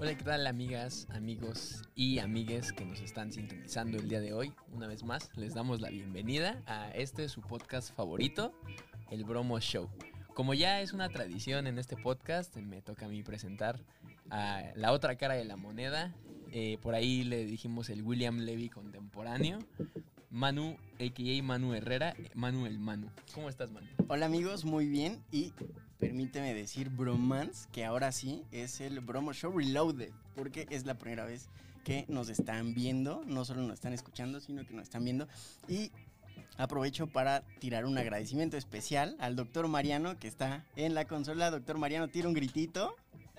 Hola, ¿qué tal amigas, amigos y amigues que nos están sintonizando el día de hoy? Una vez más, les damos la bienvenida a su podcast favorito, El Bromo Show. Como ya es una tradición en este podcast, me toca a mí presentar a la otra cara de la moneda. Por ahí le dijimos el William Levy contemporáneo, Manu, a.k.a. Manu Herrera, Manu el Manu. ¿Cómo estás, Manu? Hola amigos, muy bien, y permíteme decir bromance, que ahora sí es el Bromo Show Reloaded, porque es la primera vez que nos están viendo, no solo nos están escuchando, sino que nos están viendo. Y aprovecho para tirar un agradecimiento especial al doctor Mariano, que está en la consola. Doctor Mariano, tira un gritito.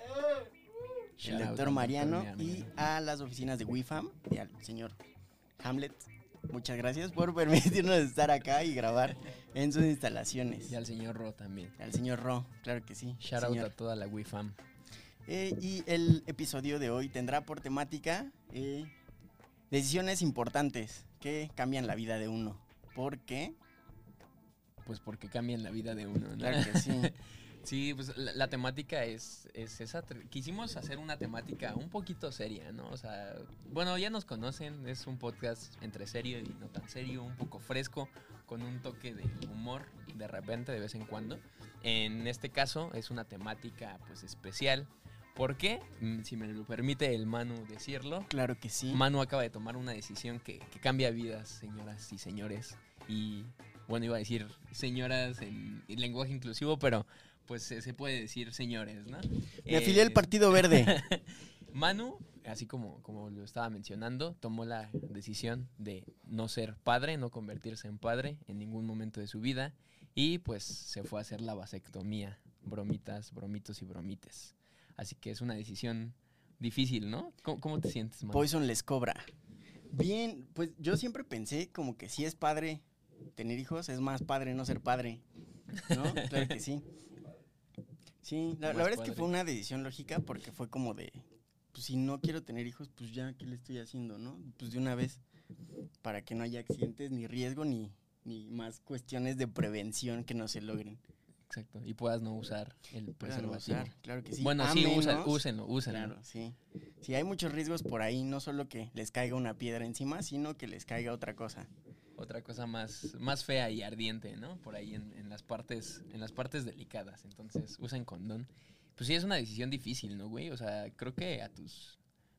El doctor Mariano, y a las oficinas de WIFAM y al señor Hamlet. Muchas gracias por permitirnos estar acá y grabar en sus instalaciones. Y al señor Ro también. Al señor Ro, claro que sí. Shout out a toda la WIFAM. Y el episodio de hoy tendrá por temática decisiones importantes que cambian la vida de uno. ¿Por qué? Pues porque cambian la vida de uno, ¿no? Claro que sí. Sí, pues la temática es esa. Quisimos hacer una temática un poquito seria, ¿no? O sea, bueno, ya nos conocen, es un podcast entre serio y no tan serio, un poco fresco, con un toque de humor de repente, de vez en cuando. En este caso es una temática pues especial. ¿Por qué? Si me lo permite el Manu decirlo. Claro que sí. Manu acaba de tomar una decisión que cambia vidas, señoras y señores. Y bueno, iba a decir señoras en lenguaje inclusivo, pero pues se puede decir señores, ¿no? Me afilié al Partido Verde. Manu, así como lo estaba mencionando, tomó la decisión de no ser padre, no convertirse en padre en ningún momento de su vida. Y pues se fue a hacer la vasectomía. Bromitas, bromitos y bromites. Así que es una decisión difícil, ¿no? ¿Cómo te sientes, Manu? Poison les cobra. Bien, pues yo siempre pensé como que si es padre tener hijos, es más padre no ser padre, ¿no? Claro que sí. Sí, la verdad es que fue una decisión lógica, porque fue como de, pues si no quiero tener hijos, pues ya, ¿qué le estoy haciendo, no? Pues de una vez, para que no haya accidentes, ni riesgo, ni más cuestiones de prevención que no se logren. Exacto, y puedas no usar el preservativo. Claro que sí. Bueno, sí, úsenlo. Claro, sí. Sí, hay muchos riesgos por ahí, no solo que les caiga una piedra encima, sino que les caiga otra cosa. Otra cosa más fea y ardiente, ¿no? Por ahí en las partes delicadas. Entonces, usen condón. Pues sí, es una decisión difícil, ¿no, güey? O sea, creo que a tus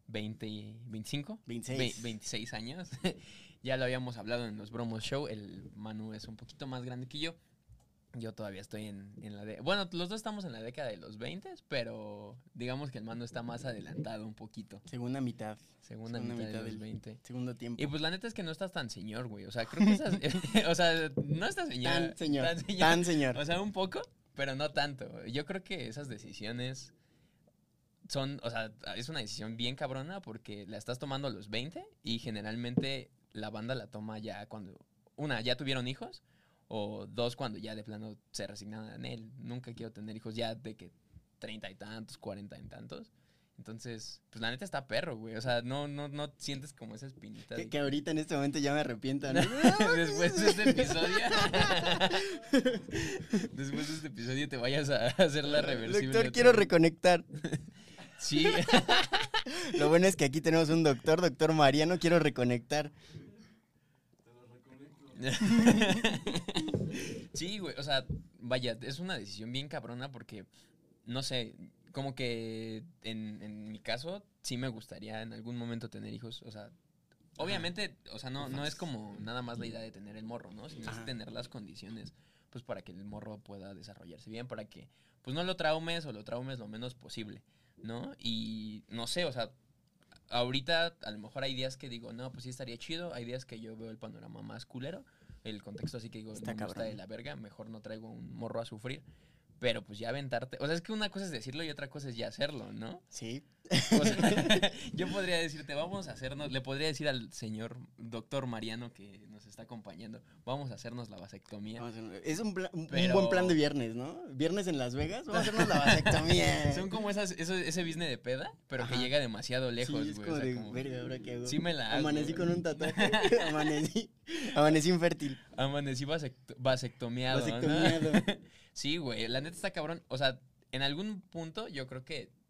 26 años, ya lo habíamos hablado en los Bromos Show, el Manu es un poquito más grande que yo. Yo todavía estoy en la bueno, los dos estamos en la década de los 20, pero digamos que el Manu está más adelantado un poquito. Segunda mitad Segunda mitad del 20. Segundo tiempo. Y pues la neta es que no estás tan señor, güey. O sea, creo que o sea, no estás Tan señor. O sea, un poco, pero no tanto. Yo creo que esas decisiones son, o sea, es una decisión bien cabrona porque la estás tomando a los 20 y generalmente la banda la toma ya cuando, ya tuvieron hijos. O dos, cuando ya de plano se resignaron en él. Nunca quiero tener hijos ya de que 30 y tantos, 40 y tantos. Entonces, pues la neta está perro, güey. O sea, no sientes como esa espinita. Que ahorita en este momento ya me arrepiento, ¿no? Después de este episodio te vayas a hacer la reversible. Doctor, quiero reconectar. Sí. Lo bueno es que aquí tenemos un doctor Mariano, quiero reconectar. Sí, güey, o sea, vaya, es una decisión bien cabrona porque, no sé, como que en mi caso sí me gustaría en algún momento tener hijos, o sea, obviamente, o sea, no es como nada más la idea de tener el morro, ¿no? Sino es tener las condiciones, pues, para que el morro pueda desarrollarse bien, para que, pues, no lo traumes o lo traumes lo menos posible, ¿no? Y, no sé, o sea, ahorita a lo mejor hay días que digo, no, pues sí estaría chido. Hay días que yo veo el panorama más culero, el contexto así que digo, está de la verga, mejor no traigo un morro a sufrir. Pero pues ya aventarte, o sea, es que una cosa es decirlo y otra cosa es ya hacerlo, ¿no? Sí. O sea, yo podría decirte, vamos a hacernos, le podría decir al señor doctor Mariano que nos está acompañando, vamos a hacernos la vasectomía. Es un buen plan de viernes, ¿no? Viernes en Las Vegas, vamos a hacernos la vasectomía. Son como ese business de peda, pero que llega demasiado lejos, sí, es güey. como o sea, de, como, verga, ¿ahora qué hago? Sí me la hago. Amanecí con un tatuaje, amanecí infértil. Amanecí vasectomiado. Vasectomiado. ¿No? Sí, güey, la neta está cabrón. O sea, en algún punto yo creo que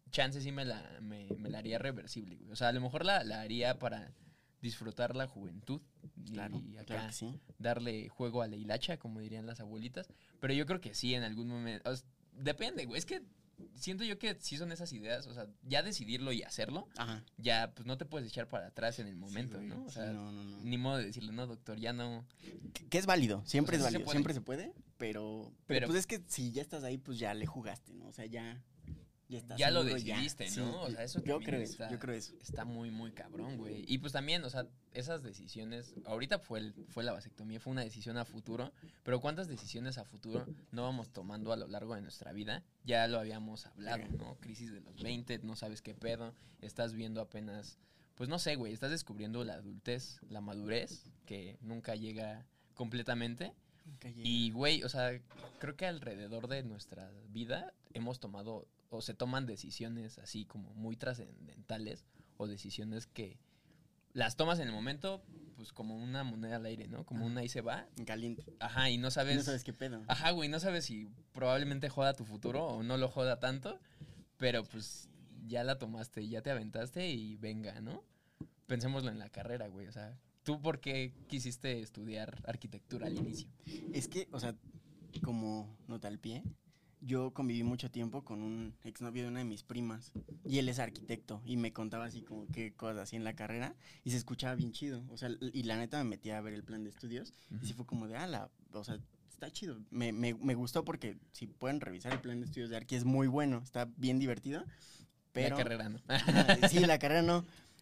chance sí me la haría reversible, güey. O sea, a lo mejor la haría para disfrutar la juventud Claro, y acá claro que sí. darle juego a la hilacha, como dirían las abuelitas. Pero yo creo que sí, en algún momento. Depende, güey. Es que siento yo que sí son esas ideas. O sea, ya decidirlo y hacerlo, Ajá. ya pues no te puedes echar para atrás en el momento, Sí, güey. ¿no? O Sí, sea, no. ni modo de decirle, no, doctor, ya no. Que es válido, siempre O sea, es sí se válido, puede. siempre se puede, pero Pero- pues es que si ya estás ahí, pues ya le jugaste, ¿no? O sea, ya estás Ya lo seguro, decidiste, Sí, ¿no? O sea, eso yo también creo está, eso, yo creo eso. está muy, muy cabrón, güey. Y pues también, o sea, esas decisiones, ahorita fue la vasectomía, fue una decisión a futuro, pero ¿cuántas decisiones a futuro no vamos tomando a lo largo de nuestra vida? Ya lo habíamos hablado, ¿no? Crisis de los 20, no sabes qué pedo, estás viendo apenas, pues no sé, güey, estás descubriendo la adultez, la madurez, que nunca llega completamente. Y, güey, o sea, creo que alrededor de nuestra vida hemos tomado o se toman decisiones así como muy trascendentales o decisiones que las tomas en el momento, pues como una moneda al aire, ¿no? Como una ahí se va. En caliente. Ajá, y no Y sabes. no sabes qué pedo. Ajá, güey, no sabes si probablemente joda tu futuro o no lo joda tanto, pero pues ya la tomaste, ya te aventaste y venga, ¿no? Pensémoslo en la carrera, güey, o sea, ¿tú por qué quisiste estudiar arquitectura al inicio? Es que, o sea, como nota al pie, yo conviví mucho tiempo con un exnovio de una de mis primas y él es arquitecto y me contaba así como qué cosas hacía en la carrera y se escuchaba bien chido, o sea, y la neta me metí a ver el plan de estudios y sí fue como de, o sea, está chido, me gustó porque si pueden revisar el plan de estudios de Arqui es muy bueno, está bien divertido, pero... La carrera, ¿no? Sí, la carrera no.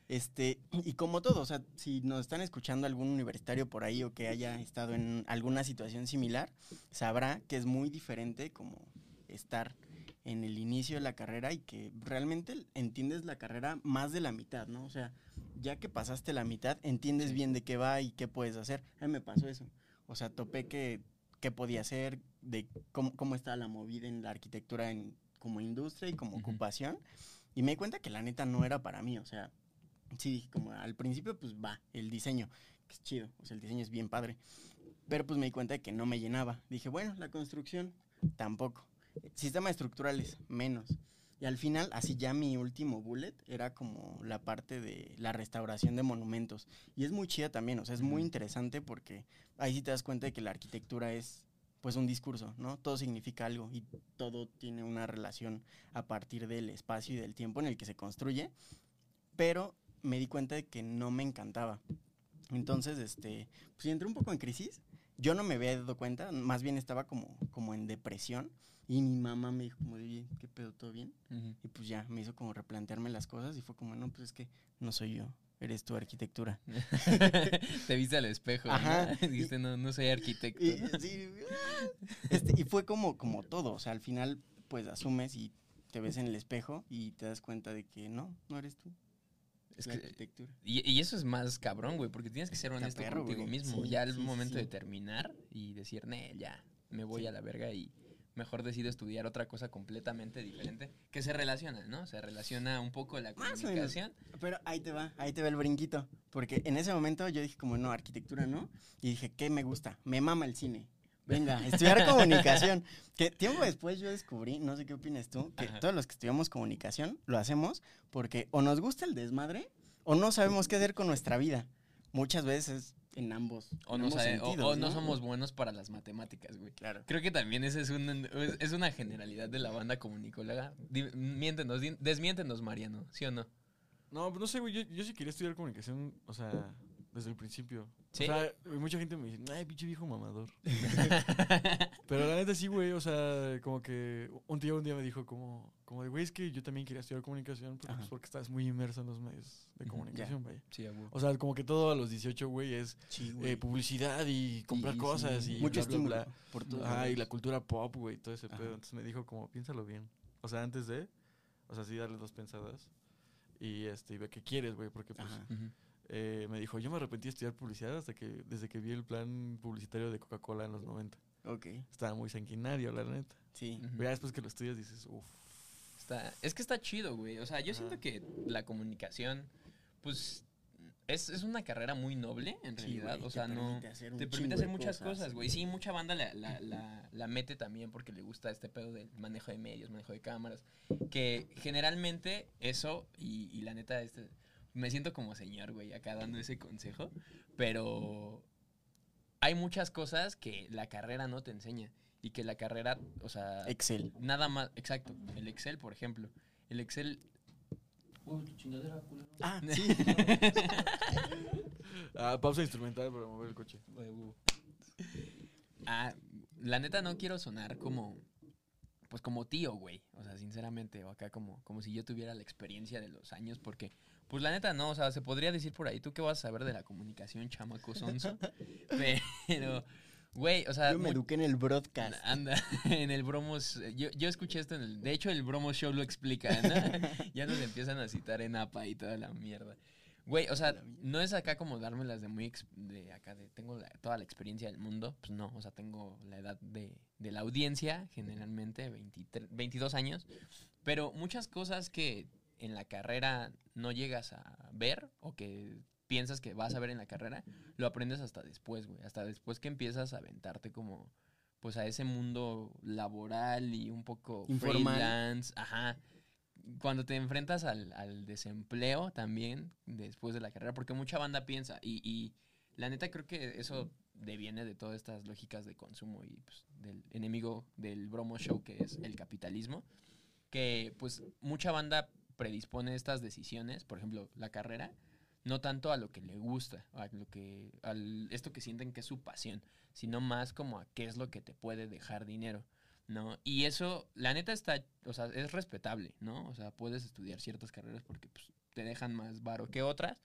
Y como todo, o sea, si nos están escuchando algún universitario por ahí o que haya estado en alguna situación similar, sabrá que es muy diferente como estar en el inicio de la carrera y que realmente entiendes la carrera más de la mitad, ¿no? O sea, ya que pasaste la mitad, entiendes bien de qué va y qué puedes hacer. A mí me pasó eso. O sea, topé qué podía hacer, de cómo estaba la movida en la arquitectura como industria y como ocupación. Y me di cuenta que la neta no era para mí, o sea, sí dije como al principio pues va, el diseño, que es chido, o sea, el diseño es bien padre, pero pues me di cuenta de que no me llenaba. Dije, bueno, la construcción tampoco, sistemas estructurales menos. Y al final, así ya mi último bullet era como la parte de la restauración de monumentos. Y es muy chida también, o sea, es muy interesante porque ahí sí te das cuenta de que la arquitectura es pues un discurso, ¿no? Todo significa algo y todo tiene una relación a partir del espacio y del tiempo en el que se construye, pero me di cuenta de que no me encantaba. Entonces, pues entré un poco en crisis. Yo no me había dado cuenta, más bien estaba como en depresión. Y mi mamá me dijo como, oye, ¿qué pedo? ¿Todo bien? Y pues ya, me hizo como replantearme las cosas y fue como, no, pues es que no soy yo, eres tu arquitectura. Te viste al espejo, Ajá. ¿no? Dijiste, no soy arquitecto. Sí, y fue como todo, o sea, al final pues asumes y te ves en el espejo y te das cuenta de que no eres tú. Es la que, arquitectura. y eso es más cabrón, güey, porque tienes que ser honesto contigo güey. mismo. Sí, ya el sí, momento sí. de terminar y decir, ya, me voy a la verga y mejor decido estudiar otra cosa completamente diferente que se relaciona, ¿no? Se relaciona un poco la comunicación. Pero ahí te va el brinquito. Porque en ese momento yo dije como, no, arquitectura no. Y dije, ¿qué me gusta? Me mama el cine. Venga, estudiar comunicación. Que tiempo después yo descubrí, no sé qué opinas tú, que todos los que estudiamos comunicación lo hacemos porque o nos gusta el desmadre o no sabemos qué hacer con nuestra vida. Muchas veces en ambos sentidos, no somos buenos para las matemáticas, güey. Claro. Creo que también esa es una generalidad de la banda comunicóloga. Desmiéntenos, Mariano, ¿sí o no? No, pues no sé, güey, yo sí quería estudiar comunicación, o sea, desde el principio. ¿Sí? O sea, mucha gente me dice, ay, pinche viejo mamador. Pero la neta sí, güey, o sea, como que un día me dijo como de, güey, es que yo también quería estudiar comunicación porque estás muy inmerso en los medios de comunicación, vaya. Sí, o sea, como que todo a los 18, güey, es publicidad y comprar cosas y mucho bla, bla, bla. Por todo. Y la cultura pop, güey, todo ese pedo. Entonces me dijo como, piénsalo bien. O sea, antes de, o sea, sí darle dos pensadas y ve qué quieres, güey, porque pues... me dijo, yo me arrepentí de estudiar publicidad desde que vi el plan publicitario de Coca-Cola en los 90. Ok. Estaba muy sanguinario, la neta. Sí. Ya después que lo estudias dices, uff. Es que está chido, güey. O sea, yo siento que la comunicación, pues, es una carrera muy noble, en realidad. Güey, o sea, no. Te permite hacer muchas cosas, güey. Sí, mucha banda la mete también porque le gusta este pedo del manejo de medios, manejo de cámaras. Que generalmente eso, y la neta, me siento como señor, güey, acá dando ese consejo. Pero hay muchas cosas que la carrera no te enseña. Y que la carrera, o sea. Excel. Nada más, exacto. El Excel, por ejemplo. El Excel. Uy, tu chingadera, culero. Ah, sí. Pausa instrumental para mover el coche. La neta no quiero sonar como, pues como tío, güey. O sea, sinceramente, o acá como si yo tuviera la experiencia de los años, porque, pues la neta no, o sea, se podría decir por ahí, ¿tú qué vas a saber de la comunicación, chamaco sonso? Pero, güey, o sea... Yo me eduqué en el broadcast. Anda, en el Bromos, yo escuché esto de hecho el Bromos Show lo explica, ¿no? Ya nos empiezan a citar en APA y toda la mierda. Güey, o sea, no es acá como dármelas tengo toda la experiencia del mundo, pues no, o sea, tengo la edad de la audiencia, generalmente 22 años, pero muchas cosas que en la carrera no llegas a ver o que piensas que vas a ver en la carrera, lo aprendes hasta después, güey, hasta después que empiezas a aventarte como, pues a ese mundo laboral y un poco informal. Freelance, ajá. Cuando te enfrentas al desempleo también después de la carrera, porque mucha banda piensa, y la neta creo que eso deviene de todas estas lógicas de consumo y pues, del enemigo del Bromo Show, que es el capitalismo, que pues mucha banda predispone estas decisiones, por ejemplo, la carrera, no tanto a lo que le gusta, esto que sienten que es su pasión, sino más como a qué es lo que te puede dejar dinero, ¿no? Y eso, la neta o sea, es respetable, ¿no? O sea, puedes estudiar ciertas carreras porque pues, te dejan más varo que otras,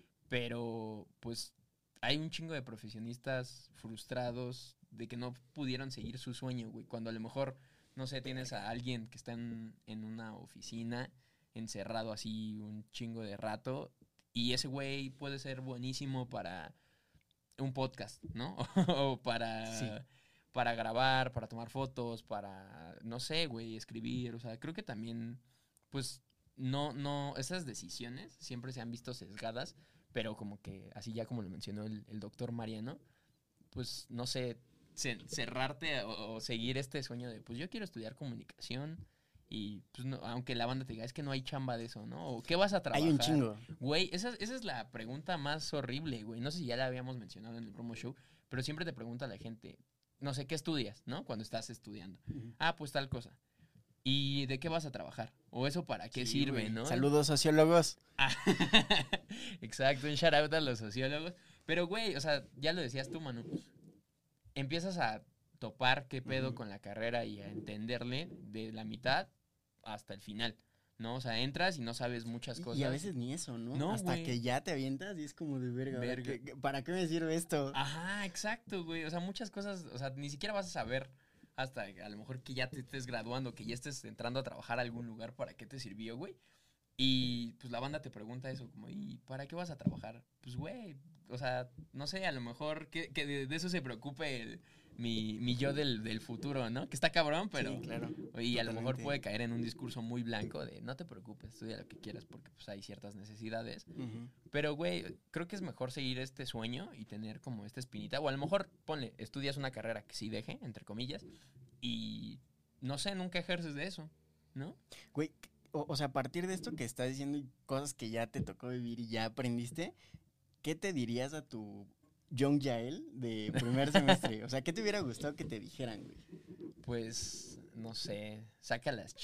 pero pues hay un chingo de profesionistas frustrados de que no pudieron seguir su sueño, güey, cuando a lo mejor, no sé, tienes a alguien que está en una oficina encerrado así un chingo de rato y ese güey puede ser buenísimo para un podcast, ¿no? O para grabar, para tomar fotos, para, no sé, güey, escribir. O sea, creo que también, pues, no, esas decisiones siempre se han visto sesgadas, pero como que, así ya como lo mencionó el doctor Mariano, pues, no sé, cerrarte o seguir este sueño de, pues, yo quiero estudiar comunicación. Y pues no, aunque la banda te diga, es que no hay chamba de eso, ¿no? ¿O qué vas a trabajar? Hay un chingo. Güey, esa es la pregunta más horrible, güey. No sé si ya la habíamos mencionado en el promo show, pero siempre te pregunta la gente, no sé, ¿qué estudias, no? Cuando estás estudiando. Pues tal cosa. ¿Y de qué vas a trabajar? ¿O eso para qué sirve, güey. no? Saludos, sociólogos. Exacto, un shout out a los sociólogos. Pero, güey, o sea, ya lo decías tú, Manu. Empiezas a topar qué pedo con la carrera y a entenderle de la mitad hasta el final, ¿no? O sea, entras y no sabes muchas cosas. Y a veces ni eso, ¿no? No, hasta güey. que ya te avientas y es como de verga. ¿Para qué me sirve esto? Ajá, exacto, güey. O sea, muchas cosas, o sea, ni siquiera vas a saber hasta a lo mejor que ya te estés graduando, que ya estés entrando a trabajar a algún lugar para qué te sirvió, güey. Y pues la banda te pregunta eso, como, ¿y para qué vas a trabajar? Pues, güey, o sea, no sé, a lo mejor que de eso se preocupe mi yo del futuro, ¿no? Que está cabrón, pero... Sí, claro. Y a lo mejor puede caer en un discurso muy blanco de no te preocupes, estudia lo que quieras porque pues hay ciertas necesidades. Pero, güey, creo que es mejor seguir este sueño y tener como esta espinita. O a lo mejor, ponle, estudias una carrera que sí deje, entre comillas, y no sé, nunca ejerces de eso, ¿no? Güey, o sea, a partir de esto que estás diciendo y cosas que ya te tocó vivir y ya aprendiste, ¿qué te dirías a tu Young Yael de primer semestre? O sea, ¿qué te hubiera gustado que te dijeran, güey? Pues, no sé, saca las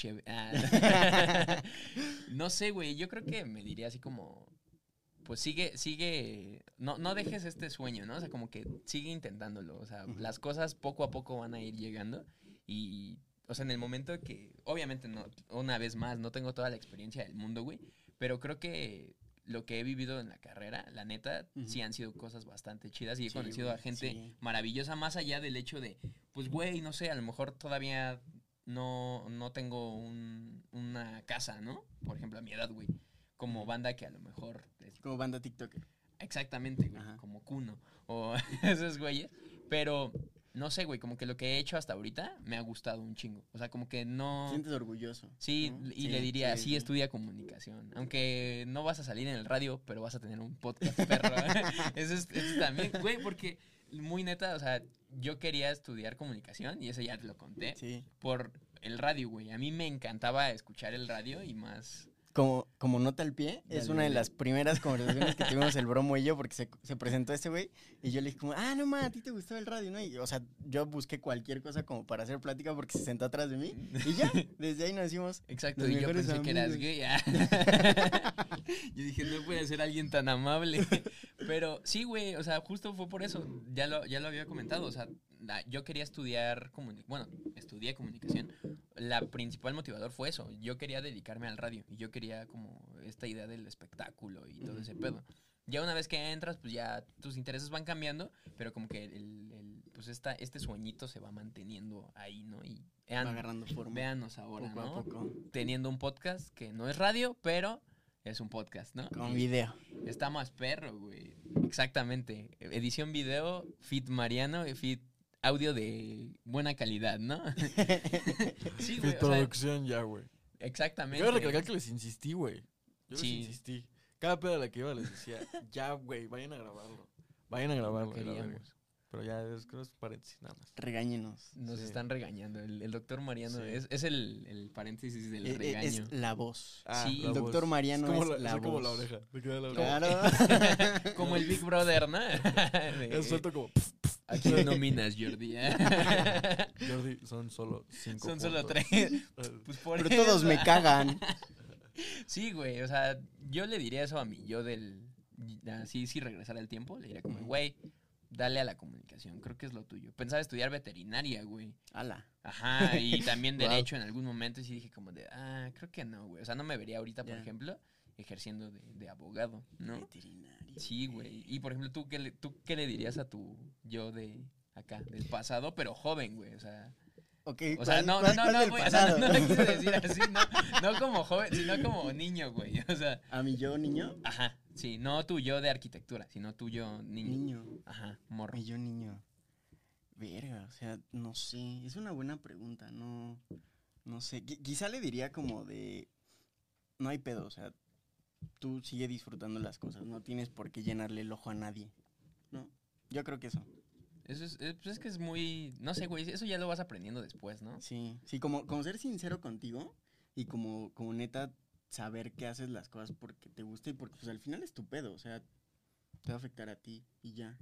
No sé, güey, yo creo que me diría así como, pues sigue, no dejes este sueño, ¿no? O sea, como que sigue intentándolo, o sea, las cosas poco a poco van a ir llegando y, o sea, en el momento que, obviamente, no, una vez más, no tengo toda la experiencia del mundo, güey, pero creo que lo que he vivido en la carrera, la neta, sí han sido cosas bastante chidas y he conocido a gente maravillosa, más allá del hecho de, pues, güey, no sé, a lo mejor todavía no tengo una casa, ¿no? Por ejemplo, a mi edad, güey. Como banda que a lo mejor... Como banda TikToker. Exactamente, güey. Como Kuno o esos güeyes. Pero no sé, güey, como que lo que he hecho hasta ahorita me ha gustado un chingo. O sea, como que no... Sientes orgulloso. Sí, ¿no? y le diría, sí, estudia comunicación. Aunque no vas a salir en el radio, pero vas a tener un podcast, perro. Eso también, güey, porque muy neta, o sea, yo quería estudiar comunicación, y eso ya te lo conté, por el radio, güey. A mí me encantaba escuchar el radio y más... Como nota al pie, es una de las primeras conversaciones que tuvimos el Bromo y yo, porque se presentó este güey, y yo le dije como, no ma, a ti te gustaba el radio, ¿no? Y, o sea, yo busqué cualquier cosa como para hacer plática porque se sentó atrás de mí, y ya, desde ahí nos hicimos. Exacto, y yo pensé que eras gay. Yo dije, no puede ser alguien tan amable. Pero sí, güey, o sea, justo fue por eso, ya lo había comentado, o sea, yo quería estudiar, estudié comunicación. La principal motivador fue eso. Yo quería dedicarme al radio. Y yo quería como esta idea del espectáculo y todo ese pedo. Ya una vez que entras, pues ya tus intereses van cambiando. Pero como que pues este sueñito se va manteniendo ahí, ¿no? Y va agarrando forma. Véanos ahora, poco ¿no? a poco. Teniendo un podcast que no es radio, pero es un podcast, ¿no? Con video. Está más perro, güey. Exactamente. Edición video, feed Mariano y feed audio de buena calidad, ¿no? Sí, güey. Producción ya, güey. Exactamente. Quiero recalcar que les insistí, güey. Yo Sí. les insistí. Cada pedo a la que iba les decía, ya, güey, vayan a grabarlo. Vayan a grabarlo. Queríamos. Pero ya, es paréntesis nada más. Regáñenos. Nos están regañando. El doctor Mariano es el paréntesis del regaño. Es la voz. Sí, el doctor Mariano es la voz. como la oreja. Me queda la oreja. Claro. Como el Big Brother, ¿no? Es suelto como... ¿A quién nominas, Jordi? Jordi, son solo 5 Son solo 3. Pues Pero todos me cagan. Sí, güey, o sea, yo le diría eso a mí, yo si regresara el tiempo, le diría como, güey, dale a la comunicación, creo que es lo tuyo. Pensaba estudiar veterinaria, güey. ¡Hala! Ajá, y también derecho en algún momento, y sí dije como creo que no, güey. O sea, no me vería ahorita, por ejemplo, ejerciendo de abogado, ¿no? Veterinaria. Sí, güey. Y, por ejemplo, ¿tú qué le dirías a tu yo de acá, del pasado, pero joven, güey? O sea... Okay, o sea, no, güey, o sea, no lo quise decir así, no como joven, sino como niño, güey, o sea. ¿A mi yo niño? Ajá, sí, no tu yo de arquitectura, sino tu yo niño. Ajá, morro. Mi yo niño. Verga, o sea, no sé, es una buena pregunta, no sé. Quizá le diría como de, no hay pedo, o sea, tú sigue disfrutando las cosas, no tienes por qué llenarle el ojo a nadie, ¿no? Yo creo que eso. Eso es que es muy, no sé, güey, eso ya lo vas aprendiendo después, ¿no? Sí, como ser sincero contigo y como neta saber que haces las cosas porque te gusta y porque pues al final es tu pedo, o sea, te va a afectar a ti y ya.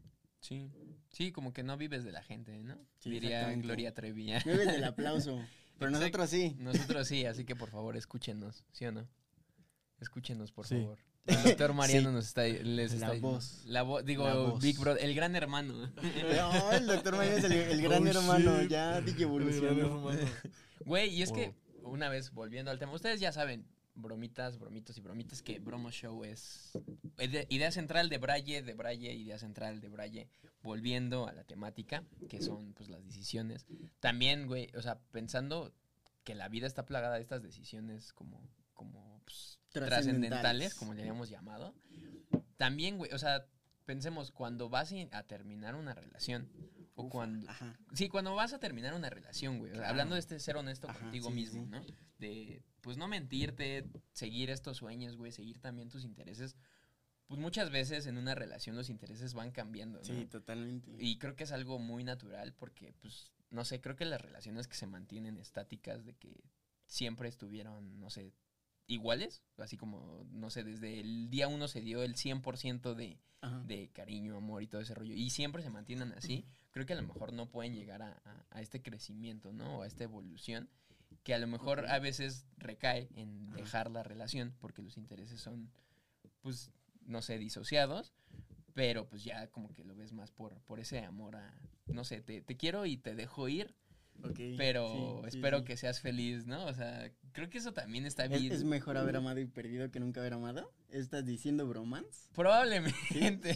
Sí, como que no vives de la gente, ¿no? Sí, diría Gloria Trevi. Vives del aplauso, pero nosotros sí. Nosotros sí, así que por favor escúchenos, ¿sí o no? Escúchenos, por favor. El doctor Mariano les está voz. La voz, digo, la voz. Big Brother, el gran hermano. No, el doctor Mariano es el gran hermano, ya dije evolucionó. Güey, y es que, una vez volviendo al tema, ustedes ya saben, bromitos y bromitas, que Bromo Show es idea central de Braille, idea central de Braille, volviendo a la temática, que son pues las decisiones. También, güey, o sea, pensando que la vida está plagada de estas decisiones como pues, trascendentales, como le habíamos llamado. También, güey, o sea, pensemos, cuando vas a terminar una relación, o cuando... Ajá. Sí, cuando vas a terminar una relación, güey, Claro. hablando de ser honesto contigo sí, mismo, sí. ¿no? De, pues, no mentirte, seguir estos sueños, güey, seguir también tus intereses. Pues muchas veces en una relación los intereses van cambiando, ¿no? Sí, totalmente. Y creo que es algo muy natural porque, pues, no sé, creo que las relaciones que se mantienen estáticas de que siempre estuvieron, no sé, iguales, así como, no sé, desde el día 1 se dio el 100% de cariño, amor y todo ese rollo, y siempre se mantienen así, creo que a lo mejor no pueden llegar a este crecimiento, ¿no? O a esta evolución, que a lo mejor a veces recae en dejar la relación, porque los intereses son, pues, no sé, disociados, pero pues ya como que lo ves más por ese amor a, no sé, te quiero y te dejo ir, pero espero que seas feliz, ¿no? O sea, creo que eso también está bien. ¿Es mejor haber amado y perdido que nunca haber amado? ¿Estás diciendo bromance? Probablemente.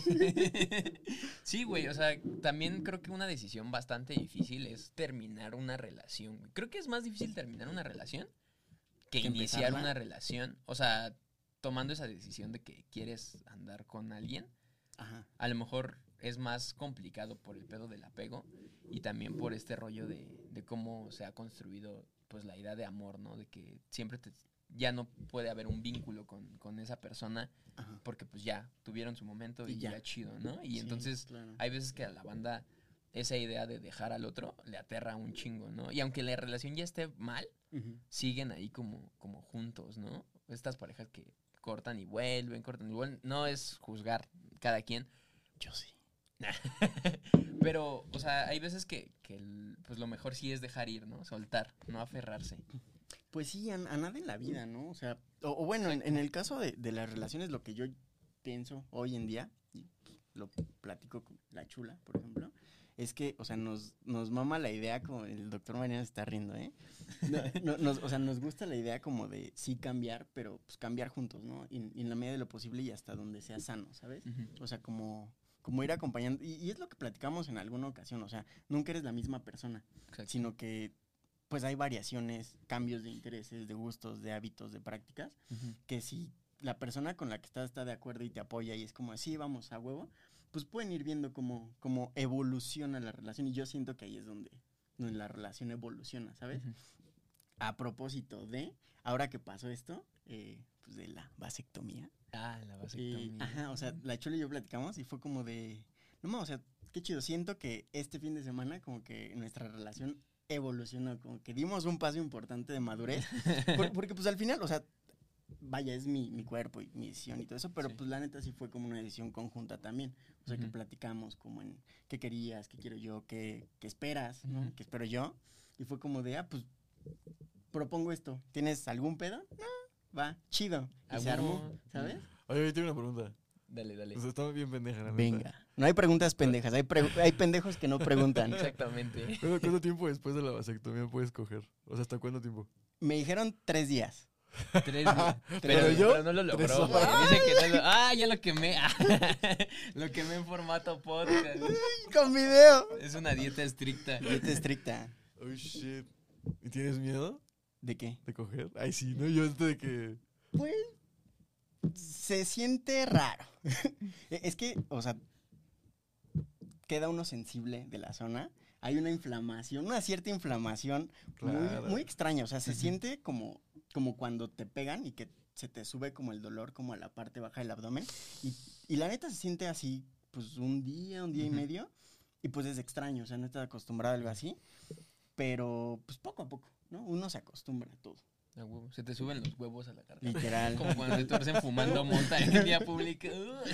Sí, güey, o sea, también creo que una decisión bastante difícil es terminar una relación, güey. Creo que es más difícil terminar una relación que iniciar empezarla. una relación. O sea, tomando esa decisión de que quieres andar con alguien, Ajá. a lo mejor es más complicado por el pedo del apego y también por este rollo de cómo se ha construido pues la idea de amor, ¿no? De que siempre ya no puede haber un vínculo con esa persona. Ajá. Porque pues ya tuvieron su momento y ya chido, ¿no? Y sí, entonces claro. Hay veces que a la banda esa idea de dejar al otro le aterra un chingo, ¿no? Y aunque la relación ya esté mal, siguen ahí como juntos, ¿no? Estas parejas que cortan y vuelven, no es juzgar cada quien. Yo sí. Pero, o sea, hay veces que pues lo mejor sí es dejar ir, ¿no? Soltar, no aferrarse. Pues sí, a nada en la vida, ¿no? O sea, o bueno, en el caso de las relaciones, lo que yo pienso hoy en día, y lo platico con la Chula, por ejemplo, es que, o sea, nos mama la idea, como el doctor Mariano se está riendo, ¿eh? O sea, nos gusta la idea como de sí cambiar, pero pues cambiar juntos, ¿no? Y en la medida de lo posible y hasta donde sea sano, ¿sabes? O sea, como ir acompañando. Y es lo que platicamos en alguna ocasión, o sea, nunca eres la misma persona, exacto, sino que pues hay variaciones, cambios de intereses, de gustos, de hábitos, de prácticas, que si la persona con la que estás está de acuerdo y te apoya y es como así, vamos a huevo, pues pueden ir viendo cómo evoluciona la relación. Y yo siento que ahí es donde la relación evoluciona, ¿sabes? A propósito de, ahora que pasó esto, pues de la vasectomía. La vasectomía. O sea, la Chula y yo platicamos y fue como de, no, o sea, qué chido, siento que este fin de semana como que nuestra relación evolucionó, como que dimos un paso importante de madurez, porque pues al final, o sea, vaya, es mi cuerpo y mi decisión y todo eso, pero pues la neta sí fue como una decisión conjunta también, o sea, que platicamos como en qué querías, qué quiero yo, qué esperas, ¿no? ¿Qué espero yo? Y fue como de, pues propongo esto, ¿tienes algún pedo? No, va, chido, y se armó, ¿sabes? Oye, tengo una pregunta. Dale. O sea, estaba bien pendeja, la Venga. neta. No hay preguntas pendejas, hay pendejos que no preguntan. Exactamente. ¿Cuánto tiempo después de la vasectomía puedes coger? O sea, ¿hasta cuánto tiempo? Me dijeron 3 días. 3 días. Pero no lo logró. Dice que no lo... ya lo quemé. Lo quemé en formato podcast. Con video. Es una dieta estricta. Oh, shit. ¿Y tienes miedo? ¿De qué? ¿De coger? Ay, sí, ¿no? Yo de que... Pues... se siente raro. Es que, o sea, queda uno sensible de la zona. Hay una inflamación, una cierta inflamación claro. muy extraña. O sea, se siente como cuando te pegan y que se te sube como el dolor como a la parte baja del abdomen. Y la neta se siente así, pues un día y medio. Y pues es extraño, o sea, no estás acostumbrado a algo así. Pero pues poco a poco, ¿no? Uno se acostumbra a todo. A huevo. Se te suben los huevos a la garganta. Literal. Como cuando te tuercen fumando mota en vía pública.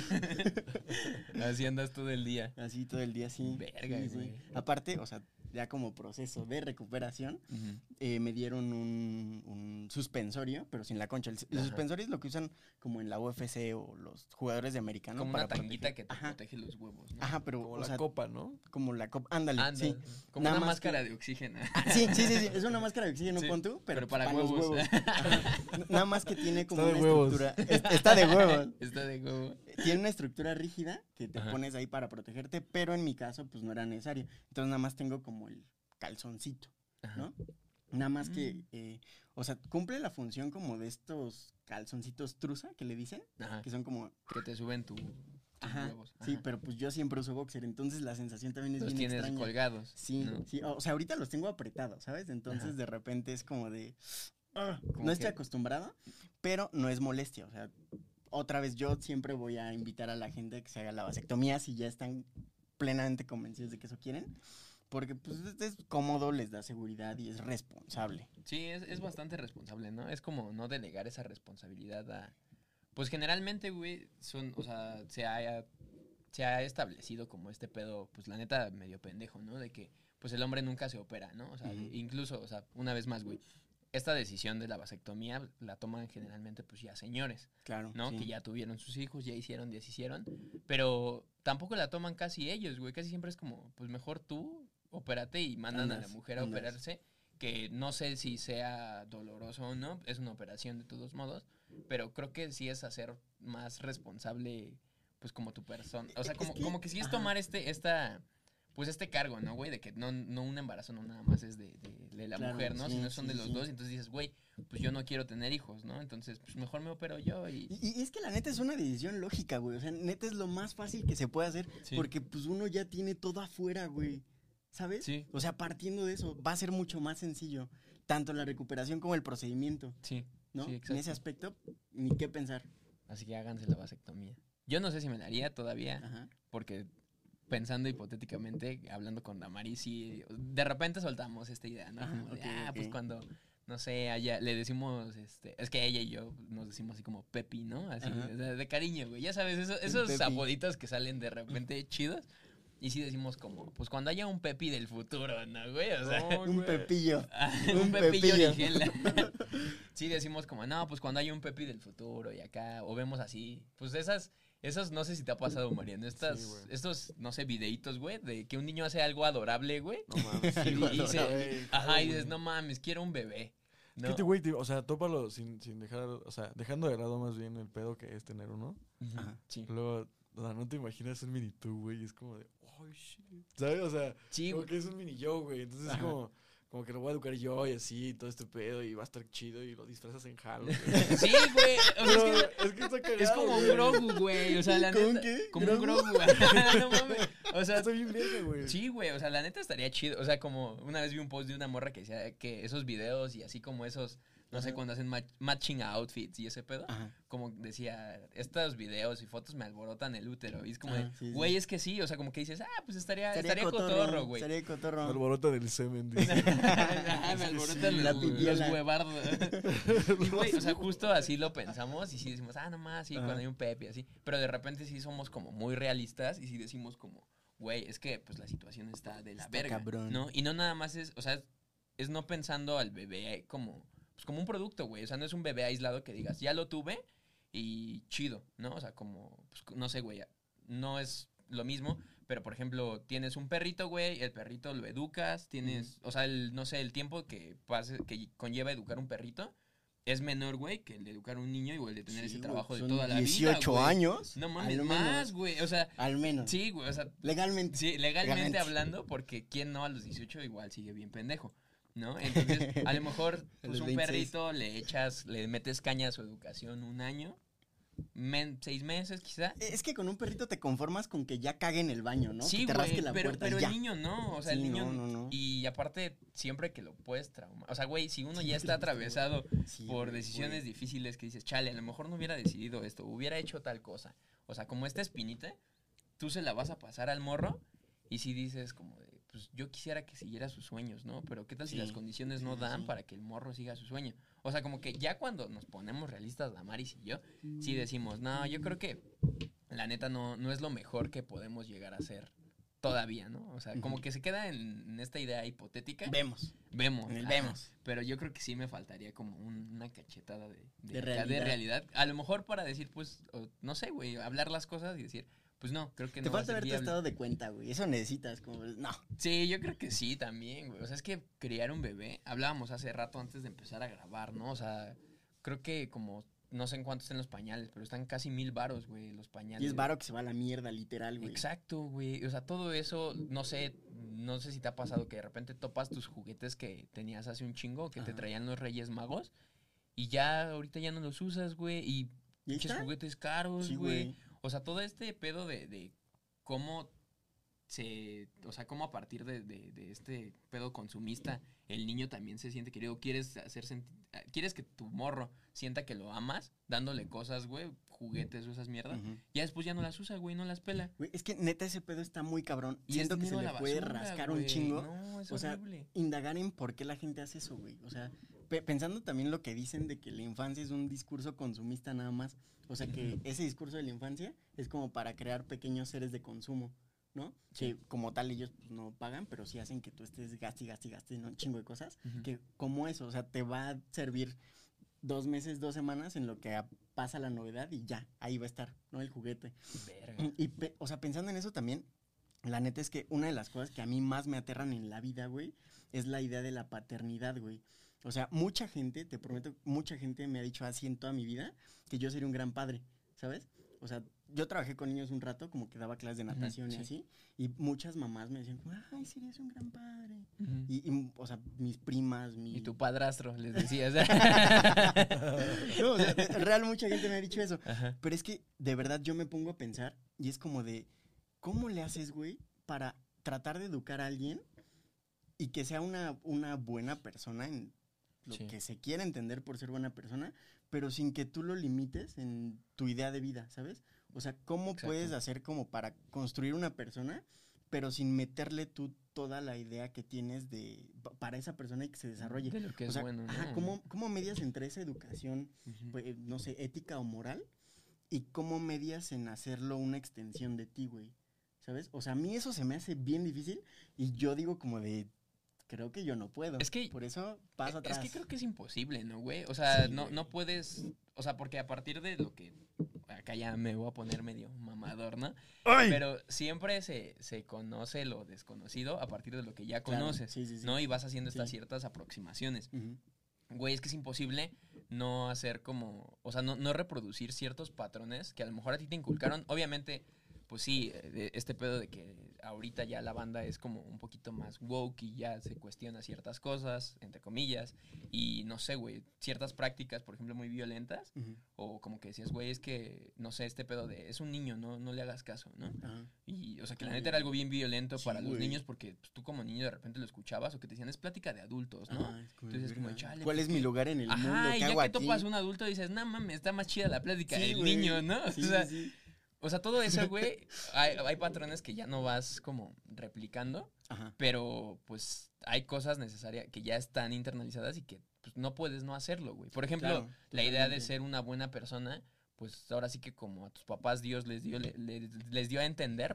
Así andas todo el día. Así todo el día, sí. Verga, sí, güey. Sí. Aparte, o sea, ya como proceso de recuperación, me dieron un suspensorio, pero sin la concha. El suspensorio es lo que usan como en la UFC o los jugadores de americano. Como una tanguita que te protege los huevos, ¿no? Ajá, pero... Como la copa, ¿no? Como la copa, ándale, sí. Como una máscara de oxígeno. Sí, es una máscara de oxígeno, pon tú, pero para huevos. Los huevos. Nada más que tiene como una estructura... Está de huevos. Está de huevo. Tiene una estructura rígida que te pones ahí para protegerte, pero en mi caso, pues no era necesario. Entonces nada más tengo como el calzoncito, ¿no? Nada más que, o sea, cumple la función como de estos calzoncitos trusa que le dicen, que son como... Que te suben tus huevos. Sí, pero pues yo siempre uso boxer, entonces la sensación también es bien extraña. Los tienes colgados. Sí, ¿no? Sí, o sea, ahorita los tengo apretados, ¿sabes? Entonces de repente es como de... no estoy acostumbrado, pero no es molestia, o sea... Otra vez, yo siempre voy a invitar a la gente a que se haga la vasectomía si ya están plenamente convencidos de que eso quieren. Porque pues es cómodo, les da seguridad y es responsable. Sí, es bastante responsable, ¿no? Es como no delegar esa responsabilidad a... Pues generalmente, güey, o sea, se ha establecido como este pedo, pues la neta, medio pendejo, ¿no? De que, pues el hombre nunca se opera, ¿no? O sea, incluso, o sea, una vez más, güey, esta decisión de la vasectomía la toman generalmente pues ya señores, claro, ¿no? Sí. Que ya tuvieron sus hijos, ya hicieron, deshicieron, pero tampoco la toman casi ellos, güey, casi siempre es como, pues mejor tú, opérate y mandan a la mujer a operarse, que no sé si sea doloroso o no, es una operación de todos modos, pero creo que sí es hacer más responsable, pues como tu persona, o sea, como que sí es tomar esta pues este cargo, ¿no, güey? De que no un embarazo no nada más es de la mujer, ¿no? Sí, Sino son de los sí. dos. Y entonces dices, güey, pues yo no quiero tener hijos, ¿no? Entonces, pues mejor me opero yo Y es que la neta es una decisión lógica, güey. O sea, neta es lo más fácil que se puede hacer. Sí. Porque pues uno ya tiene todo afuera, güey. ¿Sabes? Sí. O sea, partiendo de eso, va a ser mucho más sencillo. Tanto la recuperación como el procedimiento, Sí, ¿no? sí, En exacto. ese aspecto, ni qué pensar. Así que háganse la vasectomía. Yo no sé si me la haría todavía, Ajá. porque pensando hipotéticamente, hablando con Damaris, sí, de repente soltamos esta idea, ¿no? Ajá, Como de, ok. pues cuando, no sé, le decimos, es que ella y yo nos decimos así como Pepi, ¿no? Así, Ajá. de cariño, güey. Ya sabes, esos Pepi. apoditos que salen de repente chidos. Y sí decimos como, pues cuando haya un Pepi del futuro, ¿no, güey? O sea, No, Un güey. pepillo. un Pepillo Pepillo. original. Sí decimos como, no, pues cuando haya un Pepi del futuro y acá, o vemos así, pues esos no sé si te ha pasado, Mariano, güey. estos, no sé, videitos, güey, de que un niño hace algo adorable, güey. No mames. Y Güey, ajá, claro, y dices, güey. no mames, quiero un bebé. Es ¿no? que este güey, o sea, tópalo sin dejar, o sea, dejando de lado más bien el pedo que es tener uno. Ujú, Ajá. sí. Luego, o sea, no te imaginas ser mini tú, güey, y es como de, oh, shit, ¿sabes? O sea, Sí, como güey. que es un mini yo, güey, entonces es Ajá. como que lo voy a educar yo y así, todo este pedo, y va a estar chido, y lo disfrazas en Halo, güey. Sí, güey. O sea, Pero es que está cagado, es como un güey. Grogu, güey. O sea, la ¿Cómo neta. qué? Como un ¿Grogu? Grogu. No mames. O sea, Está bien verga, güey. sí, güey, o sea, la neta estaría chido. O sea, como una vez vi un post de una morra que decía que esos videos y así como esos, no sé, Ajá. cuando hacen matching outfits y ese pedo, Ajá. como decía, estos videos y fotos me alborotan el útero. Y es como Ajá, de, sí, sí. güey, es que sí, o sea, como que dices, pues estaría Estaría cotorro, güey. Estaría cotorro. Alborota del semen, dice. Ajá, me alborotan sí, la los pipiola. huevardos. Y, güey, o sea, justo así lo pensamos y sí decimos, nomás, sí, Ajá. cuando hay un Pepe, así. Pero de repente sí somos como muy realistas y sí decimos como, güey, es que pues la situación está de la Está verga, cabrón. ¿no? Y no nada más es, o sea, es no pensando al bebé como, pues como un producto, güey. O sea, no es un bebé aislado que digas, ya lo tuve y chido, ¿no? O sea, como, pues, no sé, güey, no es lo mismo. Pero, por ejemplo, tienes un perrito, güey, el perrito lo educas, tienes, o sea, no sé, el tiempo que conlleva educar un perrito es menor, güey, que el de educar un niño y el de tener Sí, ese güey, trabajo de son toda la vida, 18 güey. años. No al mames, menos. más, güey, o sea, Al menos. sí, güey, o sea, Legalmente. sí, legalmente Legalmente. hablando, porque quién no a los 18 igual sigue bien pendejo, ¿no? Entonces, a lo mejor, pues los un 26. perrito le metes caña a su educación un año, 6 meses quizá. Es que con un perrito te conformas con que ya cague en el baño, ¿no? Sí, que te güey, rasque la pero puerta y el ya. niño no, o sea, Sí, el niño no. y aparte siempre que lo puedes traumar, o sea, güey, si uno Siempre ya está lo puedes atravesado Sí, por güey, decisiones güey. difíciles que dices, chale, a lo mejor no hubiera decidido esto, hubiera hecho tal cosa, o sea, como esta espinita, tú se la vas a pasar al morro y si dices como de, pues yo quisiera que siguiera sus sueños, ¿no? Pero qué tal si Sí, las condiciones no sí, dan sí. para que el morro siga su sueño, o sea, como que ya cuando nos ponemos realistas, Damaris y yo, sí decimos, no, yo creo que la neta no es lo mejor que podemos llegar a ser todavía, ¿no? O sea, como Ujú. que se queda en esta idea hipotética. Vemos. Vemos. En el ajá, vemos. Pero yo creo que sí me faltaría como una cachetada De acá realidad. realidad. A lo mejor para decir, pues, no sé, güey, hablar las cosas y decir, pues no, creo que Te no va a falta ser haberte viable. estado de cuenta, güey. Eso necesitas, como, no. Sí, yo creo que sí también, güey. O sea, es que criar un bebé, hablábamos hace rato antes de empezar a grabar, ¿no? O sea, creo que como, no sé en cuánto están los pañales, pero están casi 1,000 varos, güey, los pañales. Y es varo que se va a la mierda, literal, güey. Exacto, güey. O sea, todo eso, no sé si te ha pasado que de repente topas tus juguetes que tenías hace un chingo, que te Ajá. traían los Reyes Magos, y ya ahorita ya no los usas, güey, y ¿Y ahí pinches está? juguetes caros, Sí, güey. güey. O sea, todo este pedo de cómo o sea, cómo a partir de este pedo consumista, el niño también se siente querido. Quieres que tu morro sienta que lo amas, dándole cosas, güey, juguetes o esas mierdas. Ujú. Ya después ya no las usa, güey, no las pela. Güey, es que neta ese pedo está muy cabrón. Y Siento es que se dinero le a la puede basura, rascar güey. un chingo. No, es O sea, horrible. indagar en por qué la gente hace eso, güey. O sea, pensando también lo que dicen de que la infancia es un discurso consumista nada más. O sea, que Ujú. ese discurso de la infancia es como para crear pequeños seres de consumo, ¿no? Sí. Que como tal ellos pues, no pagan, pero sí hacen que tú estés gaste, ¿no? Un chingo de cosas. Ujú. Que como eso, o sea, te va a servir 2 meses, 2 semanas en lo que pasa la novedad y ya, ahí va a estar, ¿no? El juguete. Verga. Y, o sea, pensando en eso también, la neta es que una de las cosas que a mí más me aterran en la vida, güey, es la idea de la paternidad, güey. O sea, mucha gente, te prometo, mucha gente me ha dicho así en toda mi vida que yo sería un gran padre, ¿sabes? O sea, yo trabajé con niños un rato, como que daba clases de natación y así, y muchas mamás me decían, ay, serías un gran padre. O sea, mis primas, Y tu padrastro, les decías. No, o sea, real mucha gente me ha dicho eso. Ajá. Pero es que, de verdad, yo me pongo a pensar, y es como de, ¿cómo le haces, güey, para tratar de educar a alguien y que sea una buena persona en lo que se quiere entender por ser buena persona, pero sin que tú lo limites en tu idea de vida, ¿sabes? O sea, ¿cómo puedes hacer como para construir una persona, pero sin meterle tú toda la idea que tienes para esa persona y que se desarrolle? De lo que es bueno, ¿no? Ajá, ¿cómo medias entre esa educación, pues, no sé, ética o moral, y cómo medias en hacerlo una extensión de ti, güey? ¿Sabes? O sea, a mí eso se me hace bien difícil y yo digo como de... Creo que yo no puedo. Es que... Por eso paso atrás. Es que creo que es imposible, ¿no, güey? O sea, no puedes... O sea, porque a partir de lo que... Acá ya me voy a poner medio mamador, ¿no? ¡Ay! Pero siempre se conoce lo desconocido a partir de lo que ya conoces, ¿no? Y vas haciendo estas ciertas aproximaciones. Güey, es que es imposible no hacer como... O sea, no reproducir ciertos patrones que a lo mejor a ti te inculcaron. Obviamente... Pues sí, este pedo de que ahorita ya la banda es como un poquito más woke y ya se cuestiona ciertas cosas, entre comillas, y no sé, güey, ciertas prácticas, por ejemplo, muy violentas, o como que decías, güey, es que, no sé, este pedo de, es un niño, no le hagas caso, ¿no? Y, o sea, que la neta era algo bien violento para los niños porque pues, tú como niño de repente lo escuchabas o que te decían, es plática de adultos, ¿no? Entonces es como, chale. ¿Cuál es mi lugar en el mundo? Y ya que topas un adulto dices, no mames, está más chida la plática del niño, ¿no? O sea, todo eso, güey, hay patrones que ya no vas como replicando, pero pues hay cosas necesarias que ya están internalizadas y que pues, no puedes no hacerlo, güey. Por ejemplo, la idea de ser una buena persona, pues ahora sí que como a tus papás Dios les dio a entender,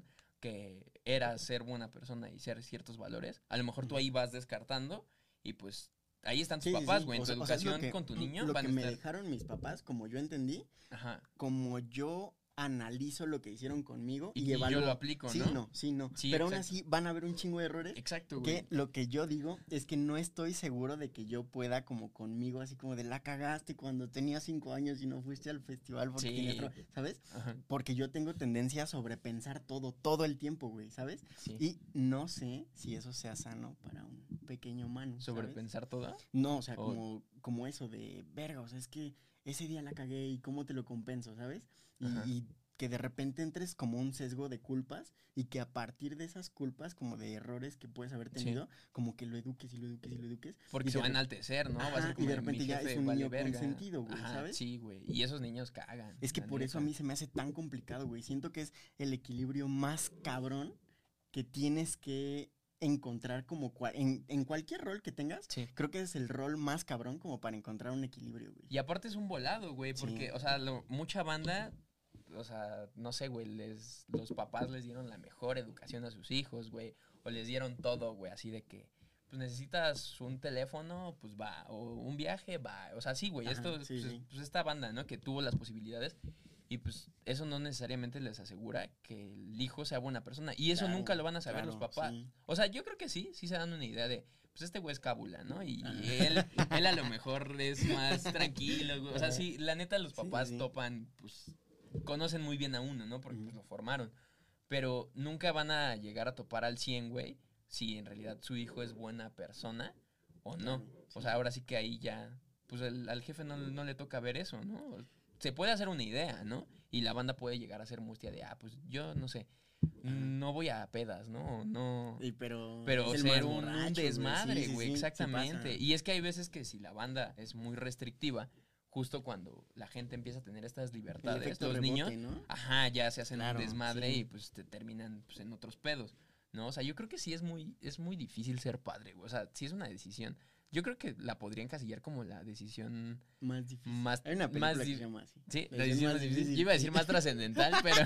que era ser buena persona y ser ciertos valores. A lo mejor tú ahí vas descartando y pues ahí están tus papás, güey, en tu educación con tu niño. Lo que me dejaron mis papás, como yo entendí, como yo analizo lo que hicieron conmigo y evalúo. Yo lo aplico, ¿no? Sí, pero aún así van a haber un chingo de errores. Exacto, güey. Que lo que yo digo es que no estoy seguro de que yo pueda como conmigo, así como de la cagaste cuando tenías 5 años y no fuiste al festival porque tenías otro, ¿sabes? Porque yo tengo tendencia a sobrepensar todo el tiempo, güey, ¿sabes? Sí. Y no sé si eso sea sano para un pequeño humano, ¿sabes? ¿Sobrepensar todo? No, o sea, como eso de, verga, o sea, es que ese día la cagué y cómo te lo compenso, ¿sabes? Y que de repente entres como un sesgo de culpas y que a partir de esas culpas, como de errores que puedes haber tenido, como que lo eduques. Porque se va a enaltecer, ¿no? Va a ser como y de repente ya es un niño consentido, güey, ¿sabes? Sí, güey. Y esos niños cagan. Es que por eso a mí se me hace tan complicado, güey. Siento que es el equilibrio más cabrón que tienes que encontrar como en cualquier rol que tengas, creo que es el rol más cabrón como para encontrar un equilibrio, güey. Y aparte es un volado, güey, porque, o sea, mucha banda, o sea, no sé, güey, los papás les dieron la mejor educación a sus hijos, güey, o les dieron todo, güey, así de que, pues necesitas un teléfono, pues va, o un viaje, va, o sea, sí, güey, pues esta banda, ¿no? Que tuvo las posibilidades. Y pues eso no necesariamente les asegura que el hijo sea buena persona. Y eso nunca lo van a saber los papás. Sí. O sea, yo creo que sí se dan una idea de, pues este güey es cábula, ¿no? Y él a lo mejor es más tranquilo, güey. O sea, sí, la neta los papás topan, pues, conocen muy bien a uno, ¿no? Porque pues lo formaron. Pero nunca van a llegar a topar al 100, güey, si en realidad su hijo es buena persona o no. O sea, ahora sí que ahí ya, pues al jefe no le toca ver eso, ¿no? Se puede hacer una idea, ¿no? Y la banda puede llegar a ser mustia de, pues yo no sé, no voy a pedas, ¿no? Pero ser un desmadre, güey, exactamente. Y es que hay veces que si la banda es muy restrictiva, justo cuando la gente empieza a tener estas libertades, los niños, ¿no? Ya se hacen un desmadre y pues te terminan pues, en otros pedos, ¿no? O sea, yo creo que sí es muy difícil ser padre, güey. O sea, sí es una decisión. Yo creo que la podría encasillar como la decisión más difícil. Hay una película que se llama así. Sí, la decisión más difícil. Yo iba a decir más trascendental, pero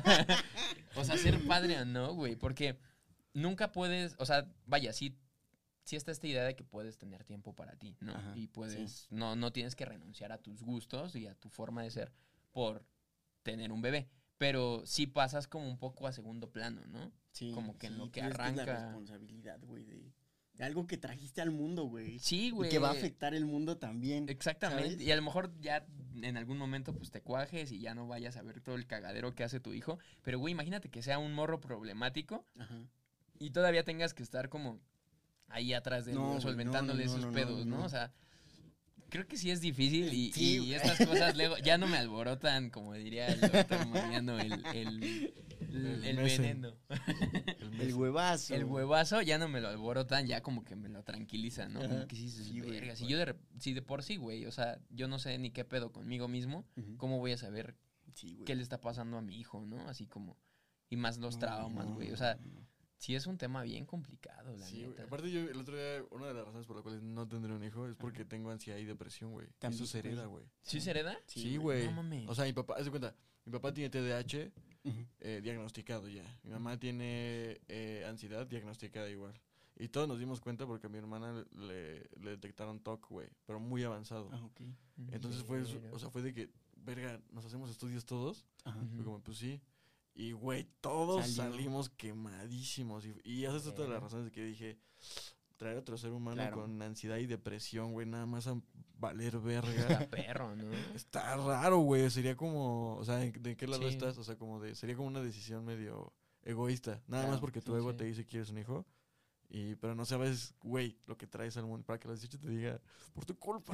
o sea, ser padre o no, güey, porque nunca puedes, o sea, vaya, sí está esta idea de que puedes tener tiempo para ti, ¿no? Y puedes no tienes que renunciar a tus gustos y a tu forma de ser por tener un bebé, pero sí pasas como un poco a segundo plano, ¿no? Sí. Como que en lo que arranca es la responsabilidad, güey, de algo que trajiste al mundo, güey. Sí, güey. Y que va a afectar el mundo también. Exactamente. ¿sabes? Y a lo mejor ya en algún momento pues te cuajes y ya no vayas a ver todo el cagadero que hace tu hijo. Pero, güey, imagínate que sea un morro problemático y todavía tengas que estar como ahí atrás de él, solventándole sus pedos, ¿no? O sea, creo que sí es difícil y estas cosas luego ya no me alborotan, como diría el doctor Mariano, el veneno. El huevazo. El huevazo ya no me lo alborotan, ya como que me lo tranquilizan, ¿no? Como que sí, verga. Si de por sí, güey, o sea, yo no sé ni qué pedo conmigo mismo, ¿cómo voy a saber qué le está pasando a mi hijo, no? Así como, y más los traumas, güey, o sea, sí es un tema bien complicado, la neta. Güey. Aparte yo, el otro día, una de las razones por las cuales no tendré un hijo es porque tengo ansiedad y depresión, güey. Eso se hereda, güey. ¿Sí se hereda? Sí, güey. No mames. O sea, mi papá, haz de cuenta, mi papá tiene TDAH diagnosticado ya. Mi mamá tiene ansiedad diagnosticada igual. Y todos nos dimos cuenta porque a mi hermana le detectaron TOC, güey, pero muy avanzado. Entonces fue de que, verga, nos hacemos estudios todos. Fue como, pues sí. Y, güey, todos salimos quemadísimos. Y esa es otra de las razones de que dije, traer a otro ser humano con ansiedad y depresión, güey, nada más a valer verga. Está perro, ¿no? Está raro, güey. Sería como, o sea, ¿de qué lado estás? O sea, sería como una decisión medio egoísta. Nada más porque tu ego te dice que quieres un hijo. Pero no sabes, güey, lo que traes al mundo para que a los 18 te diga, por tu culpa.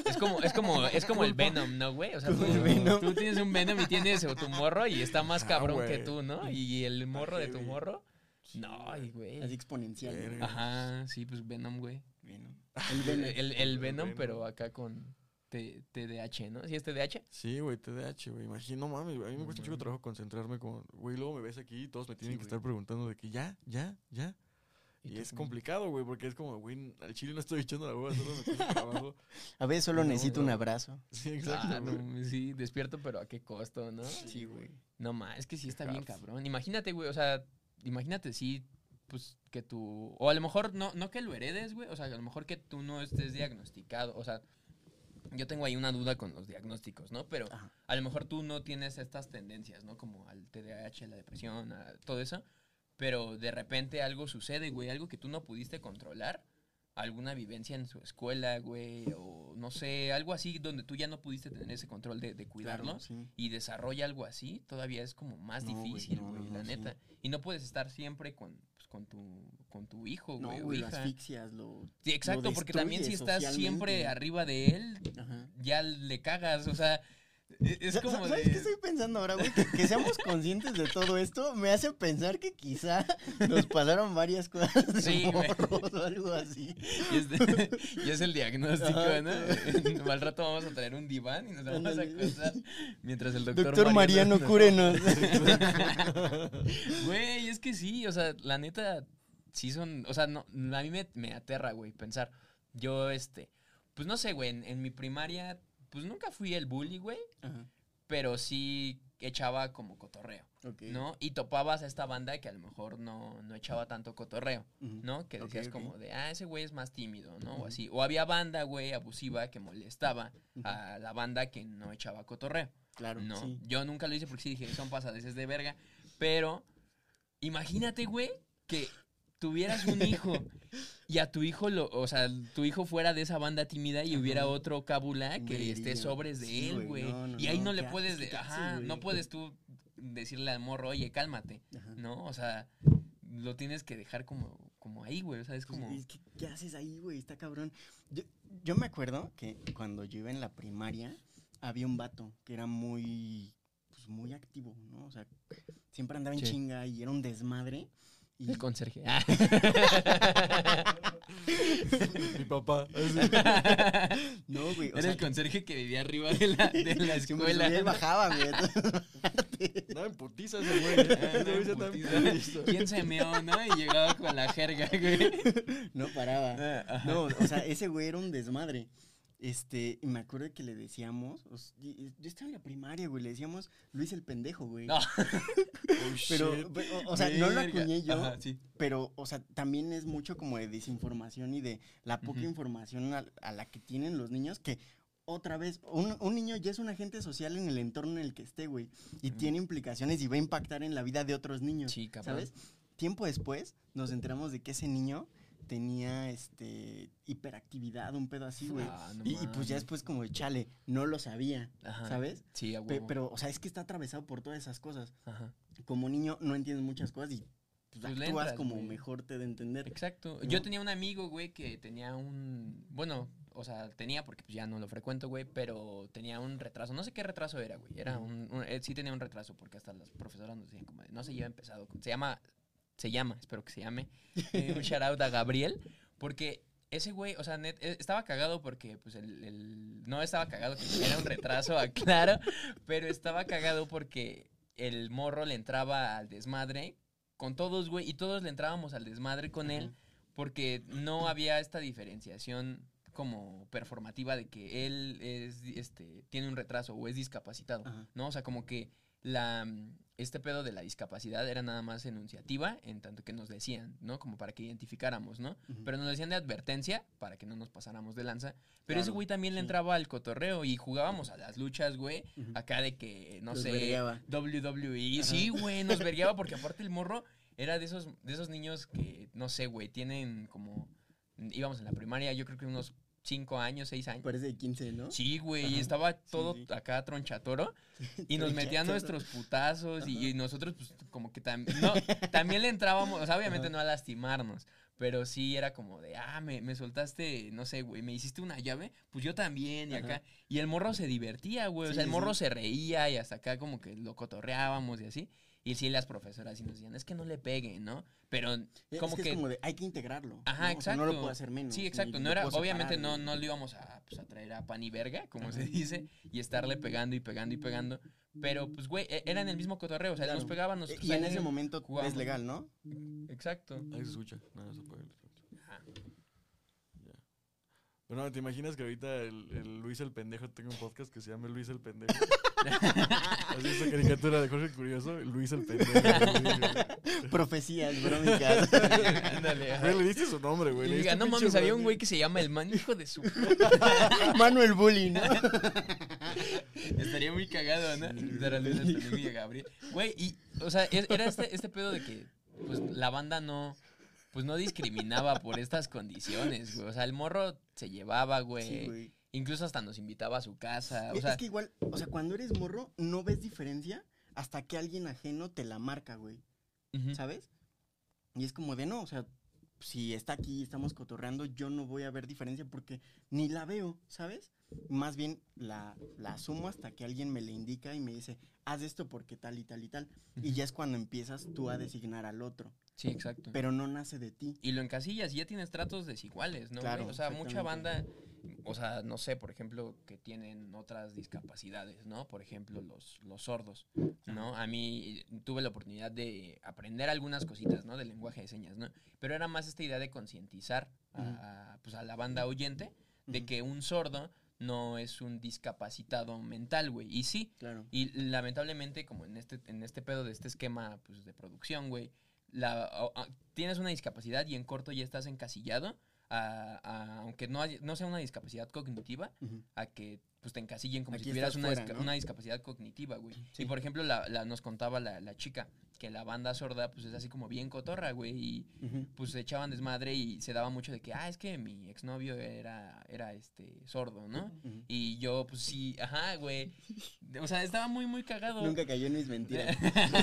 Es como el Venom, ¿no, güey? O sea, tú tienes un Venom y tienes tu morro y está más cabrón que tú, ¿no? Y el morro de tu morro, no, güey. Así exponencial. Ajá, sí, pues Venom, güey. El Venom, pero acá con TDAH, ¿no? ¿Sí es TDAH? Sí, güey, TDAH, güey. Imagino, mames, güey. A mí me cuesta un chico trabajo concentrarme como, güey, luego me ves aquí y todos me tienen que estar preguntando de que ya. Y es complicado, güey, porque es como, güey, al chile no estoy echando la hueva, solo me estoy trabajo. A veces solo necesito un abrazo. Sí, exacto. Sí, despierto, pero ¿a qué costo, no? Sí, güey. No más, es que sí está bien cabrón. Imagínate, güey, o sea, sí, pues que tú, o a lo mejor no que lo heredes, güey, o sea, a lo mejor que tú no estés diagnosticado, o sea, yo tengo ahí una duda con los diagnósticos, ¿no? Pero a lo mejor tú no tienes estas tendencias, ¿no? Como al TDAH, la depresión, a todo eso. Pero de repente algo sucede, güey, algo que tú no pudiste controlar, alguna vivencia en su escuela, güey, o no sé, algo así donde tú ya no pudiste tener ese control de cuidarlo y desarrolla algo así, todavía es como más difícil, güey, la neta. Y no puedes estar siempre con tu hijo, güey, no, o lo hija. asfixias, sí, exacto, porque también si estás siempre arriba de él, ya le cagas, o sea... Es como ¿Sabes qué estoy pensando ahora, güey? Que seamos conscientes de todo esto me hace pensar que quizá nos pasaron varias cosas de morros o algo así. Y es el diagnóstico, ¿no? Al rato vamos a traer un diván y nos vamos a acostar mientras el doctor Mariano cúrenos. Güey, es que sí, o sea, la neta, sí son, o sea, no, a mí me aterra, güey, pensar. Yo, pues no sé, güey, en mi primaria... Pues nunca fui el bully, güey, pero sí echaba como cotorreo, ¿no? Y topabas a esta banda que a lo mejor no echaba tanto cotorreo, ¿no? Que decías como de, ese güey es más tímido, ¿no? O así. O había banda, güey, abusiva que molestaba a la banda que no echaba cotorreo. Claro, ¿no? sí. Yo nunca lo hice porque sí dije, son pasadeces de verga, pero imagínate, güey, que tuvieras un hijo y a tu hijo tu hijo fuera de esa banda tímida y hubiera otro cábula que esté sobres de él, güey. Y ahí no le puedes, no puedes tú decirle al morro, oye, cálmate, ¿no? O sea, lo tienes que dejar como ahí, güey, o sea, es como... ¿Qué haces ahí, güey? Está cabrón. Yo me acuerdo que cuando yo iba en la primaria había un vato que era muy activo, ¿no? O sea, siempre andaba en chinga y era un desmadre. El conserje. Mi papá. No, güey. Era el conserje que vivía arriba de la escuela. Y bajaba, güey. No, en putiza ese güey. ¿Quién se meó, no? Y llegaba con la jerga, güey. No paraba. No, o sea, ese güey era un desmadre. Y me acuerdo que le decíamos, yo estaba en la primaria, güey, le decíamos Luis el pendejo, güey. No. Pero, o sea, no lo acuñé yo, pero, o sea, también es mucho como de desinformación y de la poca información a la que tienen los niños, que otra vez, un niño ya es un agente social en el entorno en el que esté, güey, y tiene implicaciones y va a impactar en la vida de otros niños, sí, cabrón. ¿Sabes? Tiempo después nos enteramos de que ese niño tenía hiperactividad, un pedo así, güey. No y pues ya después como de chale, no lo sabía, Ajá. ¿sabes? Sí, a huevo. Pero, o sea, es que está atravesado por todas esas cosas. Ajá. Como niño no entiendes muchas cosas y pues Pues le actúas entras, como güey. mejor te de entender. Exacto. ¿No? Yo tenía un amigo, güey, que tenía bueno, o sea, tenía porque pues ya no lo frecuento, güey, pero tenía un retraso. No sé qué retraso era, güey. Era él sí tenía un retraso porque hasta las profesoras nos decían como, no se lleva empezado. Se llama, espero que se llame. Un shout out a Gabriel, porque ese güey, o sea, estaba cagado porque, pues, no estaba cagado que era un retraso, aclaro, pero estaba cagado porque el morro le entraba al desmadre con todos, güey, y todos le entrábamos al desmadre con él porque no había esta diferenciación como performativa de que él tiene un retraso o es discapacitado, ¿no? O sea, como que este pedo de la discapacidad era nada más enunciativa, en tanto que nos decían, ¿no? Como para que identificáramos, ¿no? Pero nos decían de advertencia para que no nos pasáramos de lanza. Pero ese güey también le entraba al cotorreo y jugábamos a las luchas, güey. Acá de que, no sé, vergueaba. WWE. Sí, güey, nos vergueaba porque aparte el morro era de esos niños que, no sé, güey, tienen como... Íbamos en la primaria, yo creo que unos 5 años, 6 años. Parece de 15, ¿no? Sí, güey, y estaba todo acá tronchatoro y nos metían nuestros putazos y nosotros pues como que también le entrábamos, o sea, obviamente no a lastimarnos, pero sí era como de, me soltaste, no sé, güey, me hiciste una llave, pues yo también y acá. Y el morro se divertía, güey, o sea, el morro se reía y hasta acá como que lo cotorreábamos y así. Y sí, las profesoras sí nos decían, es que no le peguen, ¿no? Pero como es como de, hay que integrarlo. Ajá, ¿no? exacto. O sea, no lo puedo hacer menos. Sí, exacto. No era, obviamente no lo íbamos a traer a pan y verga, como se dice, y estarle pegando y pegando y pegando. Pero, pues, güey, era en el mismo cotorreo. O sea, nos pegaban, nosotros. Y en ese momento es legal, ¿no? Exacto. Ahí se escucha. No se puede. Bueno, ¿te imaginas que ahorita el Luis el Pendejo tenga un podcast que se llame Luis el Pendejo? ¿Has visto caricatura de Jorge el Curioso? Luis el Pendejo. Profecías, brómicas. Ándale. Güey, le diste su nombre, güey. Y diga, no mames, había un güey que se llama el man, hijo de su... Manuel Bully, ¿no? Estaría muy cagado, ¿no? Era Luis el Pendejo y a Gabriel. Güey, y, o sea, era este pedo de que, pues, la banda no discriminaba por estas condiciones, güey. O sea, el morro se llevaba, güey. Sí, güey. Incluso hasta nos invitaba a su casa. O sea, es que igual, o sea, cuando eres morro, no ves diferencia hasta que alguien ajeno te la marca, güey. ¿Sabes? Y es como de no, o sea, si está aquí, estamos cotorreando, yo no voy a ver diferencia porque ni la veo, ¿sabes? Más bien la asumo hasta que alguien me la indica y me dice, haz esto porque tal y tal y tal. Y ya es cuando empiezas tú a designar al otro. Sí, exacto. Pero no nace de ti. Y lo encasillas y ya tienes tratos desiguales, ¿no? Claro, güey? O sea, mucha banda, o sea, no sé, por ejemplo, que tienen otras discapacidades, ¿no? Por ejemplo, los sordos, ¿no? A mí tuve la oportunidad de aprender algunas cositas, ¿no? Del lenguaje de señas, ¿no? Pero era más esta idea de concientizar pues a la banda oyente de que un sordo no es un discapacitado mental, güey. Y sí. Claro. Y lamentablemente, como en este pedo de este esquema, pues, de producción, güey, tienes una discapacidad y en corto ya estás encasillado aunque no sea una discapacidad cognitiva, a que pues te encasillen como aquí si tuvieras una discapacidad cognitiva, güey. Sí. Y por ejemplo, nos contaba la chica que la banda sorda pues es así como bien cotorra, güey, y pues se echaban desmadre y se daba mucho de que, es que mi exnovio era sordo, ¿no? Y yo, pues sí, güey. O sea, estaba muy, muy cagado. Nunca cayó en mis mentiras.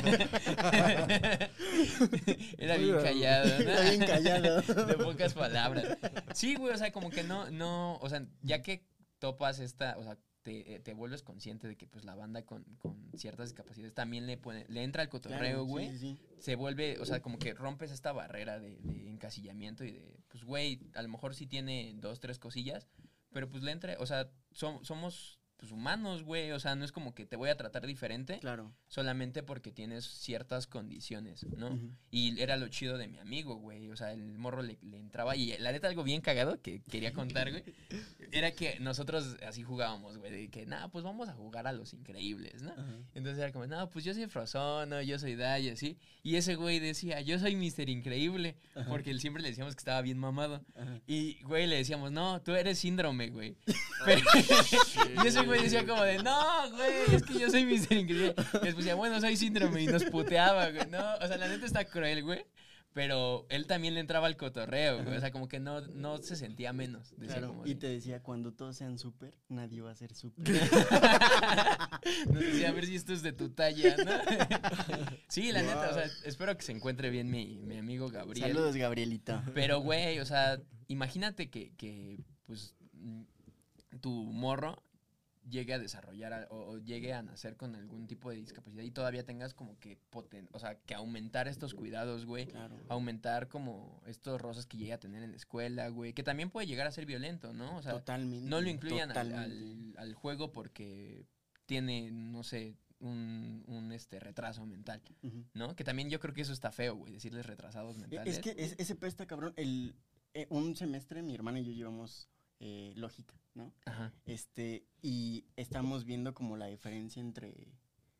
Era bien callado, ¿no? Era bien callado. De pocas palabras. Sí, güey, o sea, como que no, o sea, ya que topas o sea, te vuelves consciente de que pues la banda con ciertas discapacidades también le entra al cotorreo, güey. Claro, sí. Se vuelve, o sea, como que rompes esta barrera de encasillamiento y de, pues, güey, a lo mejor sí tiene 2, 3 cosillas, pero pues le entra, o sea, somos pues humanos, güey, o sea, no es como que te voy a tratar diferente, claro, solamente porque tienes ciertas condiciones, ¿no? Y era lo chido de mi amigo, güey, o sea, el morro le entraba y la neta algo bien cagado que quería contar, güey, era que nosotros así jugábamos, güey, de que, pues vamos a jugar a Los Increíbles, ¿no? Entonces era como, pues yo soy Frozono, yo soy Day, así, y ese güey decía, yo soy Mr. Increíble, porque él siempre le decíamos que estaba bien mamado, y, güey, le decíamos, no, tú eres Síndrome, güey, pero, y ese güey decía como de, no, güey, es que yo soy Mr. Increíble. Y después decía, bueno, soy Síndrome y nos puteaba, güey. No, o sea, la neta está cruel, güey. Pero él también le entraba al cotorreo, güey. O sea, como que no se sentía menos. Decía Claro, como y te decía, cuando todos sean súper, nadie va a ser súper. Nos decía, a ver si esto es de tu talla, ¿no? Sí, la neta, o sea, espero que se encuentre bien mi amigo Gabriel. Saludos, Gabrielito. Pero, güey, o sea, imagínate que pues, tu morro llegue a desarrollar o llegue a nacer con algún tipo de discapacidad y todavía tengas como que o sea, que aumentar estos cuidados, güey. Claro. Aumentar como estos roces que llega a tener en la escuela, güey. Que también puede llegar a ser violento, ¿no? O sea, Totalmente. no lo incluyan al juego porque tiene, no sé, un retraso mental, ¿no? Que también yo creo que eso está feo, güey, decirles retrasados mentales. Es que ese pedo está cabrón. Un semestre mi hermana y yo llevamos lógica, ¿no? Ajá. Y estamos viendo como la diferencia entre,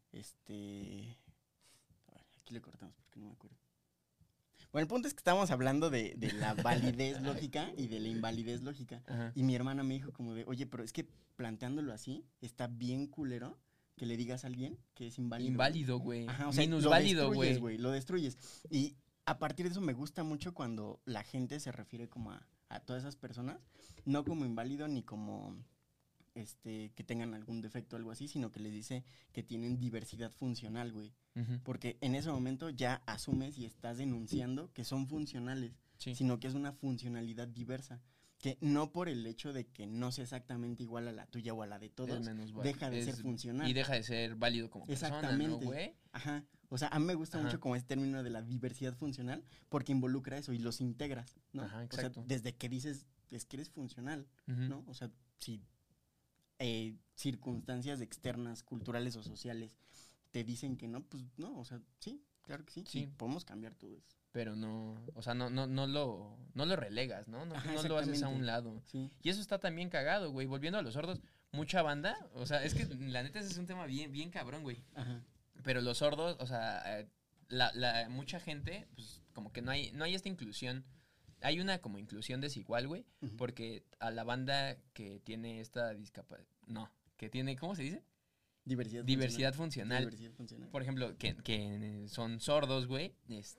aquí le cortamos porque no me acuerdo. Bueno, el punto es que estábamos hablando de la validez lógica y de la invalidez lógica. Ajá. Y mi hermana me dijo como de, oye, pero es que planteándolo así, está bien culero que le digas a alguien que es inválido. Inválido, güey. Ajá, o sea, minusválido, güey. Lo destruyes. Y a partir de eso me gusta mucho cuando la gente se refiere como a todas esas personas, no como inválido ni como que tengan algún defecto o algo así, sino que les dice que tienen diversidad funcional, güey. Porque en ese momento ya asumes y estás denunciando que son funcionales, Sí. sino que es una funcionalidad diversa. Que no por el hecho de que no sea exactamente igual a la tuya o a la de todos, deja de ser funcional. Y deja de ser válido como persona, ¿no, güey? Ajá. O sea, a mí me gusta mucho como ese término de la diversidad funcional porque involucra eso y los integras, ¿no? Ajá, exacto. O sea, desde que dices, es que eres funcional, ¿no? O sea, si circunstancias externas, culturales o sociales te dicen que no, pues no, o sea, sí, claro que sí. Sí. Y podemos cambiar todo eso. Pero no, o sea, no lo relegas, ¿no? Ajá, no lo haces a un lado. Sí. Y eso está también cagado, güey. Volviendo a los sordos, mucha banda, o sea, es que la neta ese es un tema bien, bien cabrón, güey. Ajá. Pero los sordos, o sea, mucha gente, pues como que no hay esta inclusión. Hay una como inclusión desigual, güey, porque a la banda que tiene esta discapacidad, que tiene, ¿cómo se dice? Diversidad funcional. Diversidad funcional. Por ejemplo, que son sordos, güey,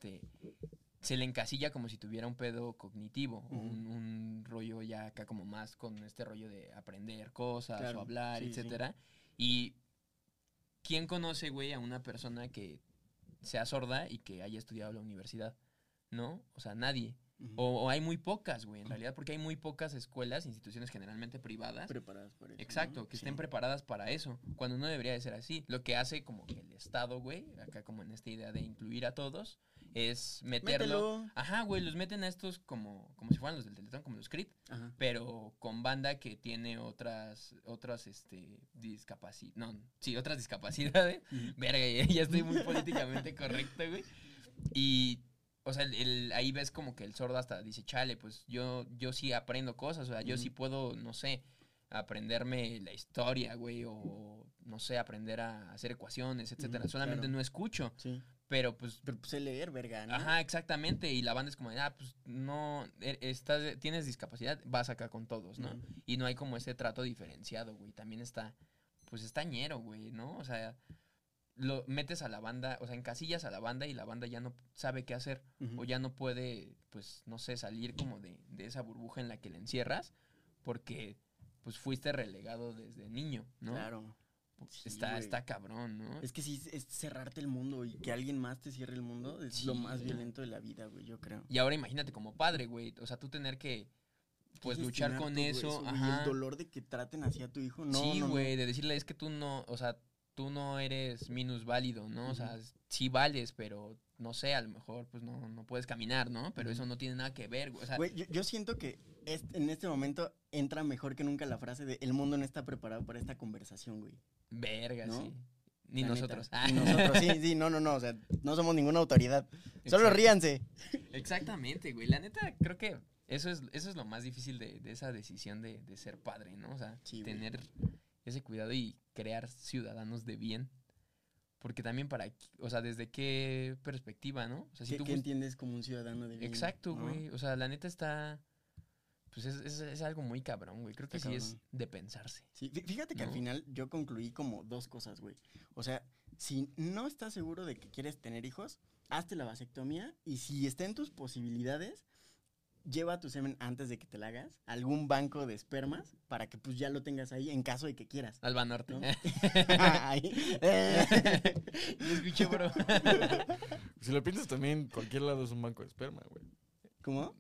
se le encasilla como si tuviera un pedo cognitivo, un rollo ya acá como más con este rollo de aprender cosas, claro, o hablar, sí, etcétera. Sí. Y ¿quién conoce, güey, a una persona que sea sorda y que haya estudiado en la universidad? ¿No? O sea, nadie. O hay muy pocas, güey, en realidad, porque hay muy pocas escuelas, instituciones generalmente privadas. Preparadas para eso. Exacto, ¿no? que estén preparadas para eso, cuando no debería de ser así. Lo que hace como que el Estado, güey, acá como en esta idea de incluir a todos, es meterlo. Mételo. Ajá, güey, los meten a estos como si fueran los del Teletón, como los CRIT, pero con banda que tiene otras otras discapacidades. Verga, ya estoy muy políticamente correcto, güey. Y o sea, ahí ves como que el sordo hasta dice, chale, pues yo sí aprendo cosas, o sea, yo sí puedo, no sé, aprenderme la historia, güey, o no sé, aprender a hacer ecuaciones, etcétera. Solamente no escucho. Sí. Pero pues sé leer, verga, ¿no? Ajá, exactamente. Y la banda es como, pues no, tienes discapacidad, vas acá con todos, ¿no? Y no hay como ese trato diferenciado, güey. También está ñero, güey, ¿no? O sea, lo metes a la banda, o sea, encasillas a la banda y la banda ya no sabe qué hacer o ya no puede, pues, no sé, salir como de esa burbuja en la que le encierras porque, pues, fuiste relegado desde niño, ¿no? Claro. Sí, está cabrón, ¿no? Es que sí, es cerrarte el mundo y que alguien más te cierre el mundo es lo más violento de la vida, güey, yo creo. Y ahora imagínate como padre, güey, o sea, tú tener que, pues, luchar con eso. Ajá. Y el dolor de que traten así a tu hijo, no. Sí, güey, de decirle, es que tú no, o sea, tú no eres minusválido, ¿no? O sea, sí vales, pero no sé, a lo mejor pues no puedes caminar, ¿no? Pero eso no tiene nada que ver, güey. O sea, güey, yo siento que en este momento entra mejor que nunca la frase de el mundo no está preparado para esta conversación, güey. Verga, ¿no? Sí. Ni nosotros. Ni nosotros, sí, no, o sea, no somos ninguna autoridad. Solo ríanse. Exactamente, güey. La neta, creo que eso es lo más difícil de esa decisión de ser padre, ¿no? O sea, tener ese cuidado y crear ciudadanos de bien. Porque también o sea, ¿desde qué perspectiva, no? O sea, ¿Qué entiendes como un ciudadano de bien? Exacto, güey. ¿No? O sea, la neta está pues es algo muy cabrón, güey. Creo que Está sí cabrón. es de pensarse. Sí, fíjate que al final yo concluí como 2 cosas, güey. O sea, si no estás seguro de que quieres tener hijos, hazte la vasectomía y si está en tus posibilidades, lleva tu semen antes de que te la hagas a algún banco de espermas para que pues ya lo tengas ahí en caso de que quieras. Alba Norte. ¿No? Ahí. Lo escuché, bro. Si lo piensas también, cualquier lado es un banco de esperma, güey. ¿Cómo?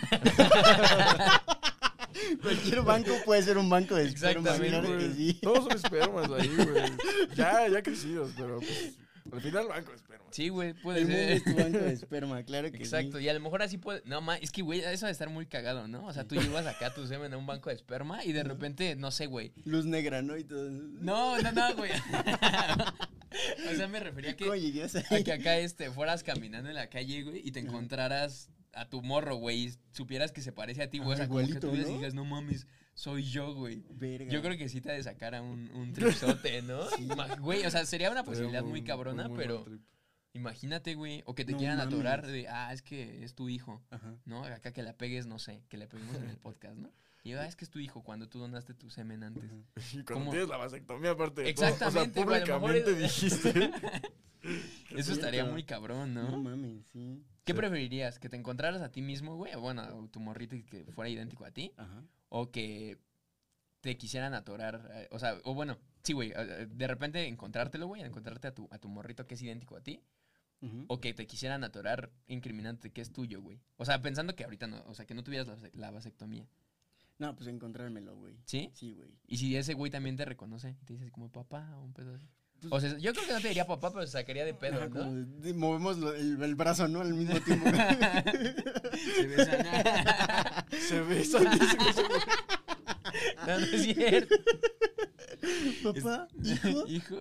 Cualquier banco puede ser un banco de espermas, Exactamente, claro que güey. sí. Todos son espermas ahí, güey. Ya crecidos, pero pues, al final banco de esperma. Sí, güey, puede El mundo es ser. tu banco de esperma, claro que Exacto, sí. y a lo mejor así puede. No, es que, güey, eso de estar muy cagado, ¿no? O sea, tú llevas acá tu semen a un banco de esperma y de repente, no sé, güey. Luz negra, ¿no? Y todo. No, güey. O sea, me refería ¿Cómo que, llegas a ahí? que acá fueras caminando en la calle, güey, y te encontraras a tu morro, güey, y supieras que se parece a ti, güey. O sea, como que igualito, tú ¿no? digas, no mames, soy yo, güey. Verga. Yo creo que sí te ha de sacar a un tripsote, ¿no? Sí. Güey, o sea, sería una Sería posibilidad muy cabrona, muy pero buen trip. imagínate, güey, o que te No quieran mames. atorar de, es que es tu hijo, Ajá. ¿no? Acá que la pegues, no sé, que le peguemos en el podcast, ¿no? Y es que es tu hijo cuando tú donaste tu semen antes. Y cuando ¿Cómo? tienes la vasectomía aparte de Exactamente, todo, o güey, a sea, lo mejor públicamente dijiste. Eso estaría cierto. muy cabrón, No ¿no? mames, sí. ¿Qué Sí. preferirías? ¿Que te encontraras a ti mismo, güey? O bueno, a tu morrito y que fuera idéntico a ti. Ajá. O que te quisieran atorar. O sea, o bueno, sí, güey. De repente encontrártelo, güey. Encontrarte a tu morrito que es idéntico a ti. Ujú. O que te quisieran atorar incriminante que es tuyo, güey. O sea, pensando que ahorita no. O sea, que no tuvieras la vasectomía. No, pues encontrármelo, güey. ¿Sí? Sí, güey. Y si ese güey también te reconoce y te dice así como papá o un pedo así. Pues- O sea, yo creo que no te diría papá, pero se sacaría de pedo, Ajá, ¿no? como movemos el brazo, ¿no? Al mismo tiempo. Se besan. Se besan. No, no es cierto. Papá, hijo. Hijo.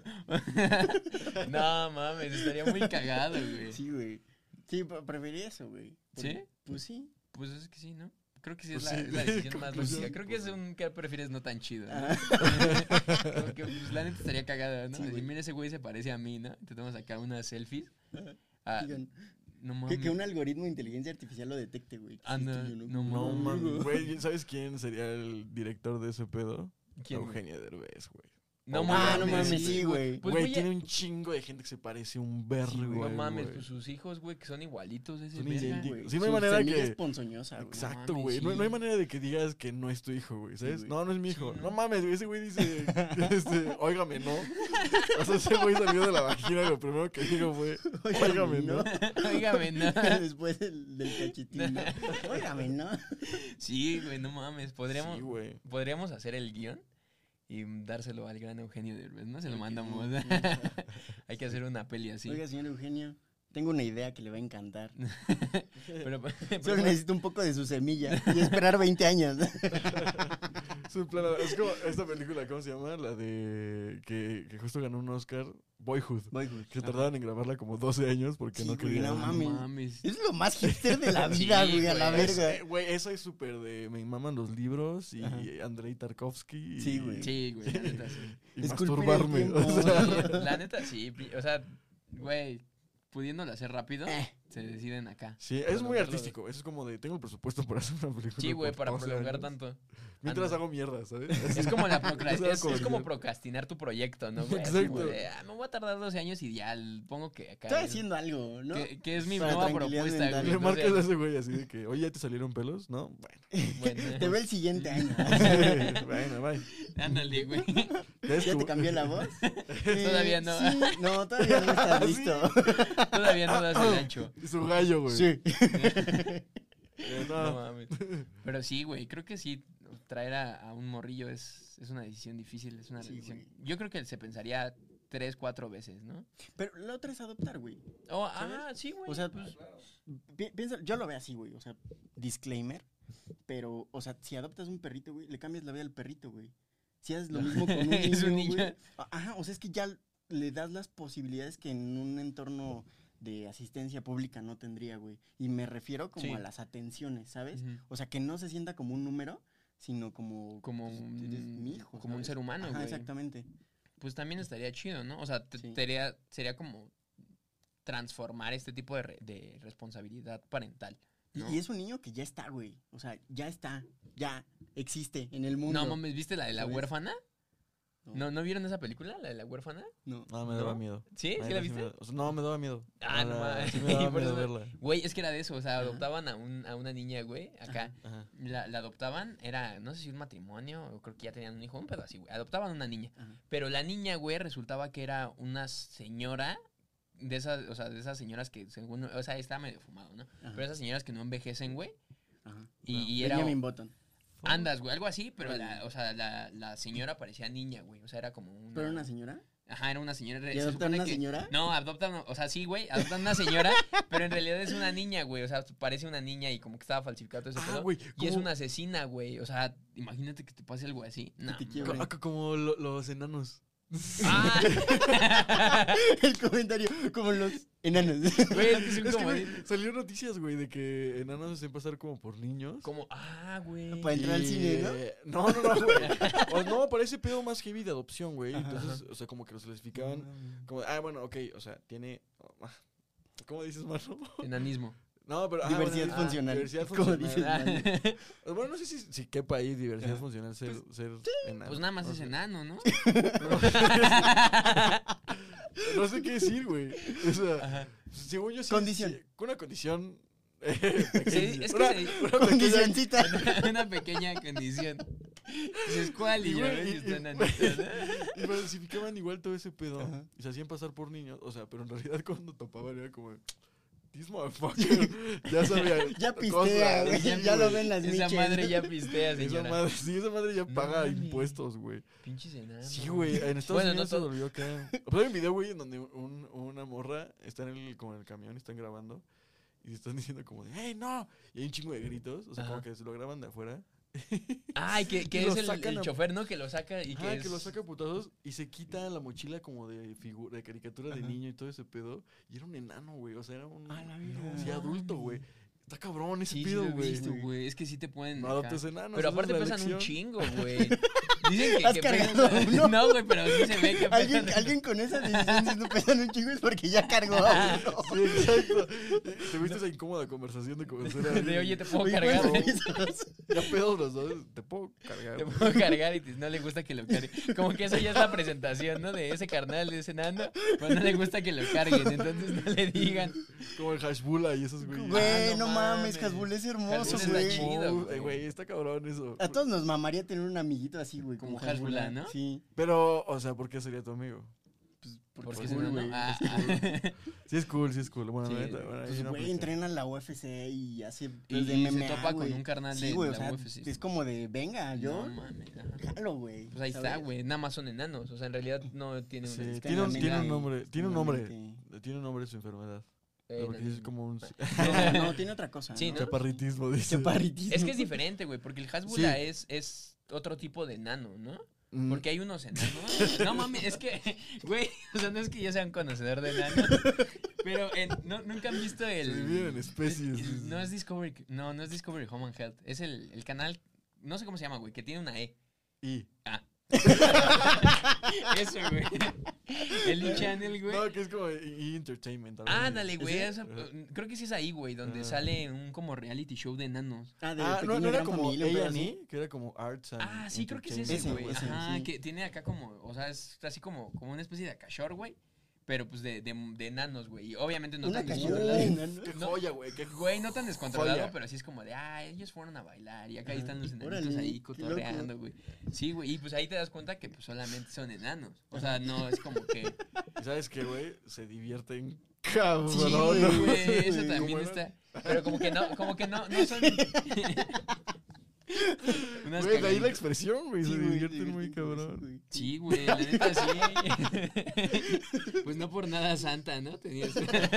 No, mames, estaría muy cagado, güey. Sí, güey. Sí, preferí eso, güey. ¿Sí? Pues sí. Pues es que sí, ¿no? Creo que sí Pues es sí. la decisión más Conclusión. lógica. Creo que es un que prefieres no tan chido, ¿no? Ajá. Como que pues, la neta estaría cagada, ¿no? Sí, Decir, güey. mira, ese güey se parece a mí, ¿no? Te tomas acá unas selfies. Ah, Digan, no mames. que un algoritmo de inteligencia artificial lo detecte, güey. que sí Anda, estoy yo, no No, mames. man, güey, ¿sabes quién sería el director de ese pedo? ¿Quién, güey? Eugenio Derbez, güey. No Ah, no mames, mames, sí, güey. Pues, Güey, güey, tiene un chingo de gente que se parece un vergo, Sí, güey. no mames, güey. pues sus hijos, güey, que son igualitos de ese Son verga. idénticos. Güey. Sí, no hay Su manera semilla que- es ponzoñosa, güey. Exacto, mames, güey. sí. No hay manera de que digas que no es tu hijo, güey, ¿sabes? güey. No, no es mi hijo. Sí, No ¿no? mames, güey. Ese güey dice, óigame, ¿no? O sea, ese güey salió de la vagina y lo primero que dijo fue, óigame, ¿no? Óigame, no. Después del cachetín, ¿no? Óigame, ¿no? Sí, güey, no mames. Sí, Podríamos güey. hacer el guión y dárselo al gran Eugenio Derbez, ¿no? Se lo Ok, mandamos. sí. Hay que hacer una peli así. Oiga, señor Eugenio, tengo una idea que le va a encantar. Pero, Solo necesito un poco de su semilla y esperar 20 años. Su plan- es como esta película, ¿cómo se llama? La de que justo ganó un Oscar, Boyhood. Boyhood. Que tardaron en grabarla como 12 años porque Sí, no güey, querían. no no mames. mames. Es lo más hipster de la vida, Sí, güey, a la güey. verga. Güey, eso es súper de me maman los libros y Ajá. Andrei Tarkovsky. Y, Sí, güey. Sí, güey, la neta sí. y Esculpir el masturbarme. tiempo. O sea, La neta sí. O sea, güey, pudiéndolo hacer rápido, se deciden acá. sí, es muy Prolongarlo. artístico. Eso es como de tengo el presupuesto para hacer una película. Sí, güey, por para 12 prolongar años, tanto. Mientras Anda. hago mierda, ¿sabes? Es como la Es es como procrastinar tu proyecto, ¿no, güey? Así Exacto. como de, me voy a tardar 12 años y ya pongo que acá. Estoy haciendo algo, ¿no? Que es mi Para nueva tranquilidad propuesta, mental. güey. Le marcas a 12 ese güey así de que, oye, ¿ya te salieron pelos? No, Bueno, Te veo el siguiente año. bueno, bye. ándale, güey. ¿Ya te cambió la voz? Todavía no. Sí, no, todavía no estás Sí. listo. Todavía no das el ancho. Y su gallo, güey. Sí. No No. mames. Pero sí, güey, creo que sí, traer a un morrillo es una decisión difícil, es una Sí, decisión. güey. Yo creo que se pensaría 3, 4 veces, ¿no? Pero la otra es adoptar, güey. Oh, sí, güey. O sea, pues, piensa, yo lo veo así, güey. O sea, disclaimer. Pero, o sea, si adoptas un perrito, güey, le cambias la vida al perrito, güey. Si haces lo mismo con un niño, Es un niño. güey. Ajá, o sea, es que ya le das las posibilidades que en un entorno de asistencia pública no tendría, güey. Y me refiero como Sí. a las atenciones, ¿sabes? Ujú. O sea, que no se sienta como un número, sino como... Como pues, un- eres mi hijo, como un ¿sabes? ser humano, Ajá, güey. exactamente. Pues también estaría chido, ¿no? O sea, Sí. sería como transformar este tipo de responsabilidad parental, ¿no? Y es un niño que ya está, güey. O sea, ya está. Ya existe en el mundo. No mames, ¿viste la de la ¿Sabes? huérfana? No. ¿No vieron esa película, la de la huérfana? No. No, me daba miedo. ¿Sí? ¿Sí Ay, la sí viste? o sea, no, me daba miedo. Ah, no mames. Sí me daba Por miedo eso- verla. Güey, es que era de eso, o sea, Ajá. adoptaban a una niña, güey, acá. Ajá. La adoptaban, era, no sé si un matrimonio, o creo que ya tenían un hijo, un pedo así, güey. Adoptaban una niña. Ajá. Pero la niña, güey, resultaba que era una señora de esas, o sea, de esas señoras que según, o sea, estaba medio fumado, ¿no? Ajá. Pero esas señoras que no envejecen, güey. Ajá. Y era... Benjamin Button. Andas, güey, algo así, pero Órale. o sea, la señora parecía niña, güey. O sea, era como una... ¿Pero una señora? Ajá, era una señora. ¿Y Se adoptan supone una que- señora? No, adoptan, o sea, sí, güey, adoptan una señora, pero en realidad es una niña, güey. O sea, parece una niña y como que estaba falsificado todo ese pedo. Güey. Y es una asesina, güey. O sea, imagínate que te pase algo así. No, te no. quiebre. Como los enanos. Ah, El comentario, como los enanos. güey, es que es un Es que, güey, comodín. salió noticias, güey, de que enanos se hacen pasar como por niños. Como, güey. Para entrar al cine, ¿no? No, güey. O no, parece pedo más heavy de adopción, güey. Ajá. Entonces, o sea, como que los clasificaban como, bueno, ok, o sea, tiene... ¿Cómo dices, mano? Enanismo. No, pero... Diversidad bueno, funcional. Diversidad Como funcional. dices, man. Bueno, no sé si quepa ahí diversidad Ajá. funcional ser enano. Pues nada más no es sé. enano, ¿no? No sé qué decir, güey. O sea, Ajá. según yo sí... Condición. sí, con una condición... Sí, es que una, se- una pequeña- Condicioncita. Una pequeña condición. Dices, ¿cuál? Y Y, ya güey, ves, y y- está y- enanito, ¿no? Y falsificaban igual todo ese pedo. Ajá. Y se hacían pasar por niños. O sea, pero en realidad cuando topaban era como... This motherfucker. Ya sabía. Ya pistea, cosas, güey. sí, Ya lo güey. ven las Esa miches. madre ya pistea, Esa señora. madre, sí, esa madre ya No paga mames. impuestos, güey. Pinches enanos. Sí, güey. En Estados Bueno, Unidos no se todo. volvió acá. Pues hay un video, güey, en donde una morra está como en el camión y están grabando. Y están diciendo como de, ¡hey, no! Y hay un chingo de gritos. O sea, como Ajá. que se lo graban de afuera. Ay, que Y lo es sacan el a- chofer, ¿no? Que lo saca y Que es... lo saca a putazos y se quita la mochila como de figura, de caricatura de Ajá. niño y todo ese pedo. Y era un enano, güey. O sea, era un... A la verga. Sí, adulto, güey. Está cabrón ese Sí, sí pedo, lo he güey. visto, güey. Es que sí te pueden... No acá. adoptes enanos. Pero esa aparte es la pesan un elección. chingo, güey. Dicen que... ¿Has que cargado pesan- uno? No, güey, pero sí se ve que ¿Alguien, pesan... alguien con esa decisión si no pesan un chingo es porque ya cargó a uno. Sí, exacto. Tuviste esa incómoda conversación de conocer a alguien. De, oye, te puedo Oye, cargar. ¿cuántos ¿eh? pesos? Ya pedos los dos. Te puedo cargar. Te puedo cargar y no le gusta que lo cargue. Como que eso ya es la presentación, ¿no? De ese carnal, de ese nano. Pues no le gusta que lo carguen, entonces no le digan. Como el Hashbula y esos güeyes. Güey, no no mames, mames. Hasbull es hermoso, Hasbull güey. está chido, Güey, está cabrón eso. A todos nos mamaría tener un amiguito así, güey. Como Hasbull, Hasbulla, ¿no? Sí. Pero, o sea, ¿por qué sería tu amigo? Pues Porque porque es es cool, enano. güey. Ah, Sí es cool, sí es cool. Bueno, Sí, la neta, güey. bueno, ahí Pues, no güey, aplica. entrena en la UFC y hace Y pues, de se MMA, topa con güey. un carnal Sí, de güey, la o sea, UFC. es como de, venga, yo, No mames, ajá. jalo, güey. Pues ahí está, ¿sabes? güey. Nada más son enanos. O sea, en realidad no tiene Sí, una... tiene un Extremadamente- nombre, tiene un nombre. extremadamente- Tiene un nombre su enfermedad. Porque es enanismo. como un No, tiene otra cosa. Sí, ¿no? chaparritismo, dice. Chaparritismo. Es que es diferente, güey, porque el Hasbulla es otro tipo de enano, ¿no? Mm. Porque hay unos enanos. No mames, es que, güey, o sea, no es que yo sea un conocedor de enanos, pero nunca han visto Se dividen en especies. No es Discovery, no es Discovery Home and Health, es el canal, no sé cómo se llama, güey, que tiene una E. Y. Ah. Eso, güey. El E-Channel, güey. No, que es como entertainment. algo así. Ándale, güey. ¿Ese? Creo que sí es ahí, güey, donde Ajá. sale un como reality show de enanos. Ah, de Ah, no, Pequeña no era Gran como Familia, un pedo A&E, así. que era como Arts and Ah, sí, creo que es ese, Entertainment. güey. Ese, Ajá, sí. que tiene acá como, o sea, es así como una especie de cachor, güey. Pero pues de enanos, güey. Y obviamente no Una tan cachorra de descontrolado. enano. Qué No. joya, güey. Qué Güey, no tan descontrolado, Joya. pero así es como de, ellos fueron a bailar y acá Ajá. están los enanitos Órale, ahí qué cotorreando, güey. Sí, güey, y pues ahí te das cuenta que pues solamente son enanos. O sea, no es como que... ¿Y sabes qué, güey? Se divierten cabrón. Sí, ¿no? güey, eso güey. también ¿Cómo está... Pero como que no son... Unas Güey, de ahí la cagaditas. expresión, güey. Sí, Se güey, divierten muy mucho, cabrón. güey. Sí, güey, la neta sí. Pues no por nada Santa, ¿no? Tenías...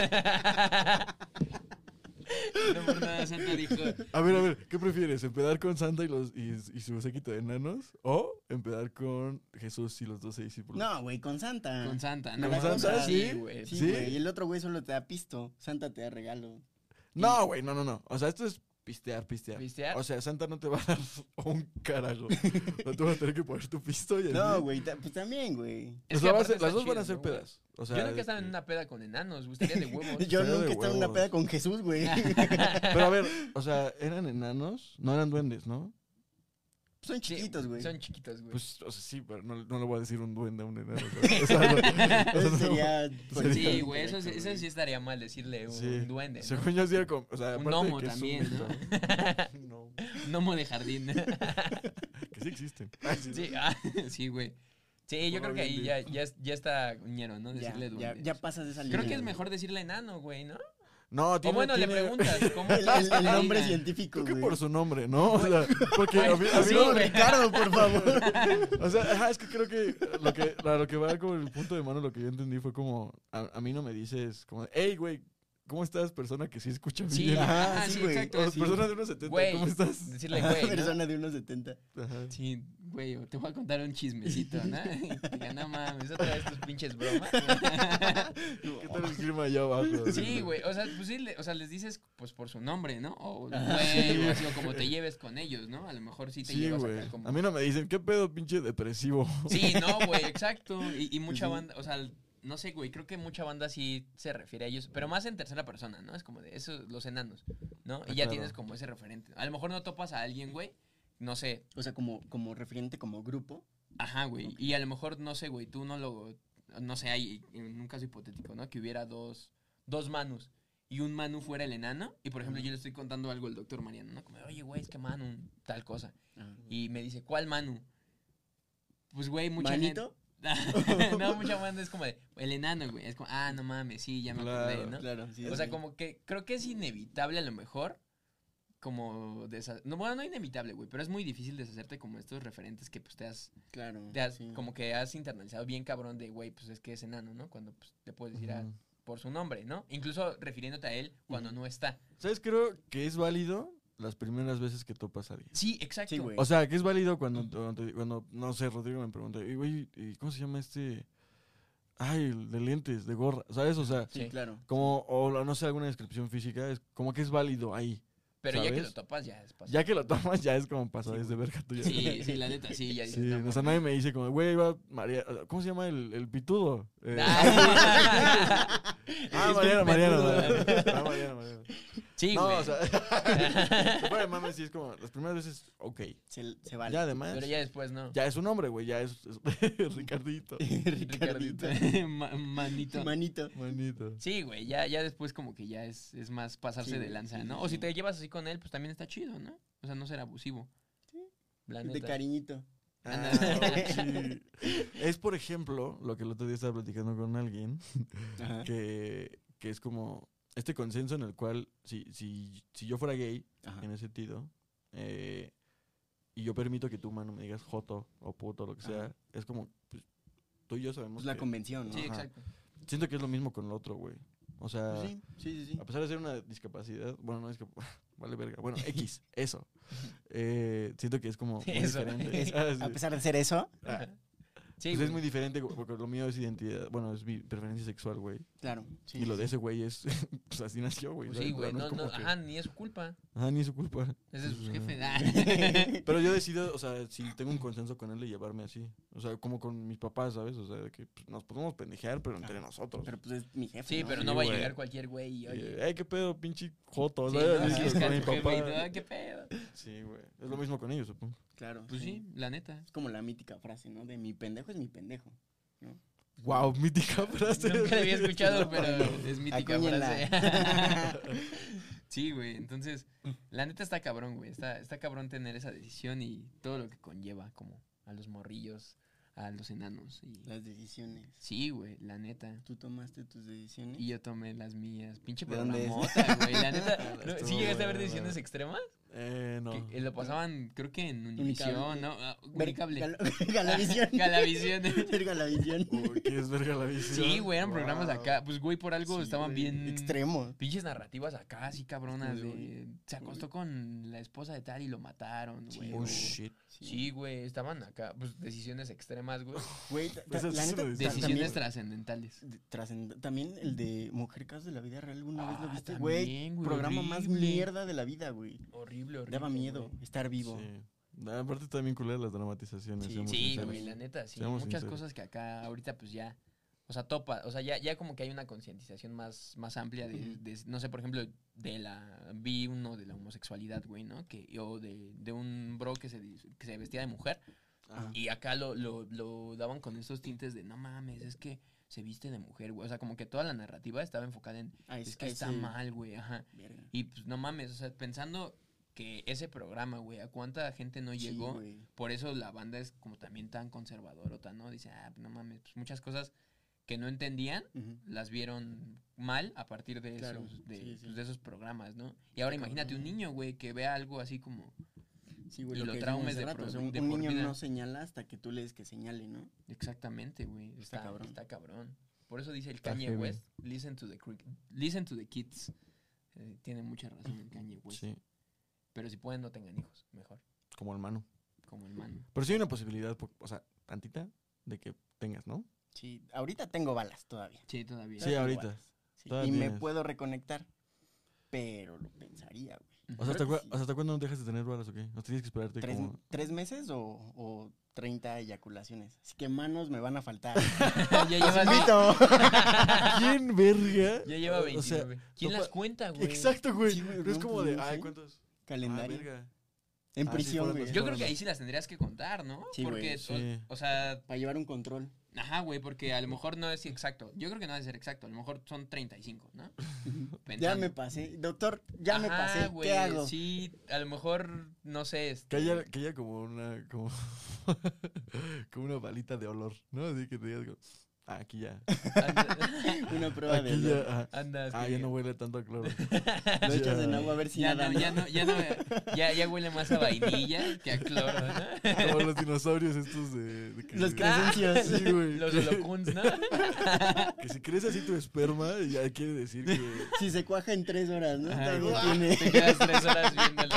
No por nada Santa dijo... A ver, ¿qué prefieres? ¿Empedar con Santa y su séquito de enanos? ¿O empedar con Jesús y los 12 discípulos? No, güey, con Santa. Con Santa, ¿Con ¿no? Santa? Sí, ¿Sí? güey. Sí, ¿Sí? güey. Y el otro güey solo te da pisto. Santa te da regalo. No, güey, no. O sea, esto es Pistear. ¿Pistear? O sea, Santa no te va a dar un carajo. No te vas a tener que poner tu pisto y así. No, güey, pues también, güey. Es O que sea, aparte las dos está van a chido, ser ¿no, güey? pedas. O sea, Yo nunca he estado en una peda con enanos, gustaría de huevos. Yo Estaría nunca de he estado en una huevos. peda con Jesús, güey. Pero a ver, o sea, eran enanos, no eran duendes, ¿no? Son chiquitos, güey. Son chiquitos, güey. Pues, o sea, sí, pero no le voy a decir un duende a un enano. ¿sabes? O sea, no- Eso no- sería... Sí, güey, eso sí estaría mal decirle un Sí. duende, ¿no? Según yo, sí era como. O sea, Un aparte de gnomo que es también, ¿no? No, Gnomo de jardín. que sí existen. Sí, sí, güey. Sí, yo creo que ahí ya está ñero, ¿no? Decirle duende. Ya pasas de esa línea. Creo que es güey. mejor decirle enano, güey, ¿no? No, O bueno, le preguntas, ¿cómo El estás? Que le nombre diga. científico, Creo que güey. por su nombre, ¿no? O sea, porque a mí Sí, no- güey. Ricardo, por favor. O sea, ajá, es que creo que lo que va como el punto de mano, lo que yo entendí fue como, a mí no me dices como, hey, güey, ¿cómo estás, persona que sí escucha Sí, bien? Ajá, sí, sí, güey. exacto. O Sí. persona de unos 70, Güey, ¿cómo estás? Decirle, güey, ¿no? Persona de unos 70. Ajá. Sí, güey, te voy a contar un chismecito, ¿no? Y diga, no mames, otra vez tus pinches bromas. ¿Qué tal el clima allá abajo? Sí, güey, o sea, pues sí, o sea, les dices, pues, por su nombre, ¿no? O güey, o así, o como te lleves con ellos, ¿no? A lo mejor sí te Sí, llevas güey. acá como... A mí no me dicen, ¿qué pedo, pinche depresivo? Sí, no, güey, exacto. Y mucha Sí. banda, o sea, no sé, güey, creo que mucha banda sí se refiere a ellos, pero más en tercera persona, ¿no? Es como de esos, los enanos, ¿no? Y ya claro. tienes como ese referente. A lo mejor no topas a alguien, güey, no sé, O sea, como referente, como grupo. ajá, güey, y a lo mejor, no sé, güey, tú no sé, hay en un caso hipotético, ¿no? Que hubiera dos Manus. Y un Manu fuera el enano. Y por ejemplo, yo le estoy contando algo al doctor Mariano, ¿no? Como, oye, güey, es que Manu, tal cosa. Y me dice, ¿cuál Manu? Pues, güey, mucha ¿Manito? gente. No, mucha banda es como de, el enano, güey. Es como, no mames, sí, ya me acordé, Claro, ¿no? Claro, sí. O sea, sí. como que creo que es inevitable a lo mejor. Como no, bueno, no inevitable, güey, pero es muy difícil deshacerte como estos referentes que pues Claro. sí. como que has internalizado bien cabrón de, güey, pues es que es enano, ¿no? Cuando pues, te puedes decir Ujú. por su nombre, ¿no? Incluso refiriéndote a él cuando Ujú. no está. ¿Sabes? Creo que es válido las primeras veces que topas a alguien. Sí, exacto. Sí, güey. O sea, que es válido cuando no sé, Rodrigo me pregunta, "Y, güey, ¿y cómo se llama este? Ay, el de lentes, de gorra, ¿sabes? O sea, Sí, sí. claro. como, o no sé, alguna descripción física, es como que es válido ahí. Pero ya que ¿sabes? lo topas, ya es pasado. Ya que lo tomas, ya es como pasado Sí, desde verga tuya. Sí, sí, la neta, sí, ya dices, Sí, no, o sea, nadie me dice como, güey, va María, ¿cómo se llama el pitudo? Mariano. Mariano. Sí, No, güey. o sea, fuera de mames, sí es como, las primeras veces, ok. Se vale. Ya además, Pero ya después no. ya es un hombre, güey, ya es Ricardito. Ricardito. Manito. Manito. Manito. Sí, güey, ya después como que ya es más pasarse Sí, de güey, lanza, sí, ¿no? sí, O si sí. te llevas así con él, pues también está chido, ¿no? O sea, no ser abusivo. Sí. La De neta. cariñito. Ah, sí. Es, por ejemplo, lo que el otro día estaba platicando con alguien, Ajá. que es como este consenso en el cual, si yo fuera gay, Ajá. en ese sentido, y yo permito que tú, mano, me digas joto o puto, lo que sea, Ajá. es como, pues, tú y yo sabemos Pues la que- convención, ¿no? Sí, Ajá. exacto. Siento que es lo mismo con el otro, güey. O sea, Pues sí. a pesar de ser una discapacidad, bueno, no es que vale verga, bueno, X, eso. Siento que es como muy Eso. diferente. Ah, sí. A pesar de ser eso, Ah, Sí, pues güey. es muy diferente porque lo mío es identidad, bueno, es mi preferencia sexual, güey. claro. Sí, Y lo sí, de sí. ese güey es, pues así nació, güey. Pues ¿sabes? sí, güey. O sea, No, es como que- ajá, ni es su culpa. Ajá, ni es su culpa. Es de sus Ajá. jefes. Pero yo decido, o sea, si tengo un consenso con él de llevarme así. O sea, como con mis papás, ¿sabes? O sea, de que pues, nos podemos pendejear, pero entre nosotros. Pero pues es mi jefe. Sí, ¿no? pero Sí, no va a güey. llegar cualquier güey y oye. ¿Qué pedo, pinche joto? Sí, ¿sabes? no, Así sí, es es con que mi tu jefe y papá. todo, ¿qué pedo? Sí, güey. Es lo mismo con ellos, supongo. Claro. Pues sí, la neta. Es como la mítica frase, ¿no? De mi pendejo es mi pendejo. ¿no? Wow, mítica frase. Nunca la había escuchado, pero es mítica Acuñenla. frase. Sí, güey. Entonces, la neta está cabrón, güey. Está cabrón tener esa decisión y todo lo que conlleva, como a los morrillos, a los enanos. Y... Las decisiones. Sí, güey, la neta. ¿Tú tomaste tus decisiones? Y yo tomé las mías. Pinche ¿De dónde es? programota, güey. La neta. ¿Sí Estuvo llegaste a ver buena. decisiones extremas? No. Que lo pasaban, creo que en Univisión, ¿no? Unicable. Galavisión. Galavisión. Galavisión. ¿Qué es verga la visión? Sí, güey, eran programas acá. Pues, güey, por algo Sí, estaban güey, bien... extremos. Pinches narrativas acá, así cabronas. Sí, Se acostó con la esposa de tal y lo mataron, Sí, güey. Oh, güey. shit. Sí, güey, estaban acá. Pues decisiones extremas, güey. Güey, Eso sí la se neta, lo dice. Decisiones también, trascendentales. también el de Mujer Casos de la Vida Real, ¿alguna vez lo viste? también, Güey, güey, programa más horrible. mierda de la vida, güey. Horrible. Daba miedo güey. estar vivo. Sí. Aparte también culé las dramatizaciones. Sí, seamos Sí, sinceros. güey, la neta, sí. Seamos Muchas sinceros. cosas que acá ahorita pues ya, o sea, topa, o sea, ya como que hay una concientización más amplia de, no sé, por ejemplo, vi uno de la homosexualidad, güey, ¿no? O de un bro que se vestía de mujer Ajá. y acá lo daban con esos tintes de, no mames, es que se viste de mujer, güey. O sea, como que toda la narrativa estaba enfocada en, es que está mal, güey, ajá. Verga. Y pues no mames, o sea, pensando que ese programa, güey, a cuánta gente no Sí, llegó. güey. Por eso la banda es como también tan conservadorota, ¿no? Dice, no mames, pues muchas cosas que no entendían Ujú. las vieron mal a partir de Claro, esos, sí. pues, de esos programas, ¿no? Y ahora imagínate un niño, güey, que vea algo así como... Sí, güey, y lo lo que traumes decíamos hace de rato, por- o sea, de un por niño vida. no señala hasta que tú le des que señale, ¿no? Exactamente, güey. Está cabrón. Está cabrón. Por eso dice el Está Kanye heavy. West, listen to the kids. Tiene mucha razón el Kanye West. Sí, Pero si pueden, no tengan hijos, mejor. como hermano. Como el man. Pero sí hay una posibilidad, o sea, tantita, de que tengas, ¿no? Sí, ahorita tengo balas todavía. Sí, todavía. Sí, ahorita. Sí, Todavía y me tienes. puedo reconectar. Pero lo pensaría, güey. O sea, Creo que sí. ¿hasta cuándo dejas de tener balas o qué? ¿O tienes que esperarte como...? ¿3 meses o 30 eyaculaciones? Así que manos me van a faltar. ya llevas... ¡Invito! ¿Quién, verga? Ya lleva O 29. sea, ¿Quién no las pa- cuenta, güey? Exacto, güey. Sí, güey, Pero es no, como pues, de, no ay, sé. ¿cuántos? Calendario. verga. En Ah, sí, prisión, fueron güey. los- Yo creo que ahí sí las tendrías que contar, ¿no? Sí, güey, Porque, sí. o sea, Para llevar un control. ajá, güey, porque a lo mejor no es exacto. Yo creo que no debe ser exacto. A lo mejor son 35, ¿no? Ya Pensando. me pasé. Doctor, ya me Ajá, pasé. güey, ¿Qué hago? Sí, a lo mejor, no sé. Que haya como una... Como, como una balita de olor, ¿no? Así que te digas como, aquí ya. Una prueba de Aquí ya. olor. Ajá. Anda, Ah, ya no huele tanto a cloro. Lo echas en agua a ver si ya nada. no, ya huele más a vainilla que a cloro, ¿no? Como los dinosaurios estos de que... Los crecencios. Sí, güey. Los holocuns, ¿no? Que si crece así tu esperma, ya quiere decir que... Si se cuaja en 3 horas, ¿no? Ajá, Algo güey. tiene. Te quedas 3 horas viéndolo.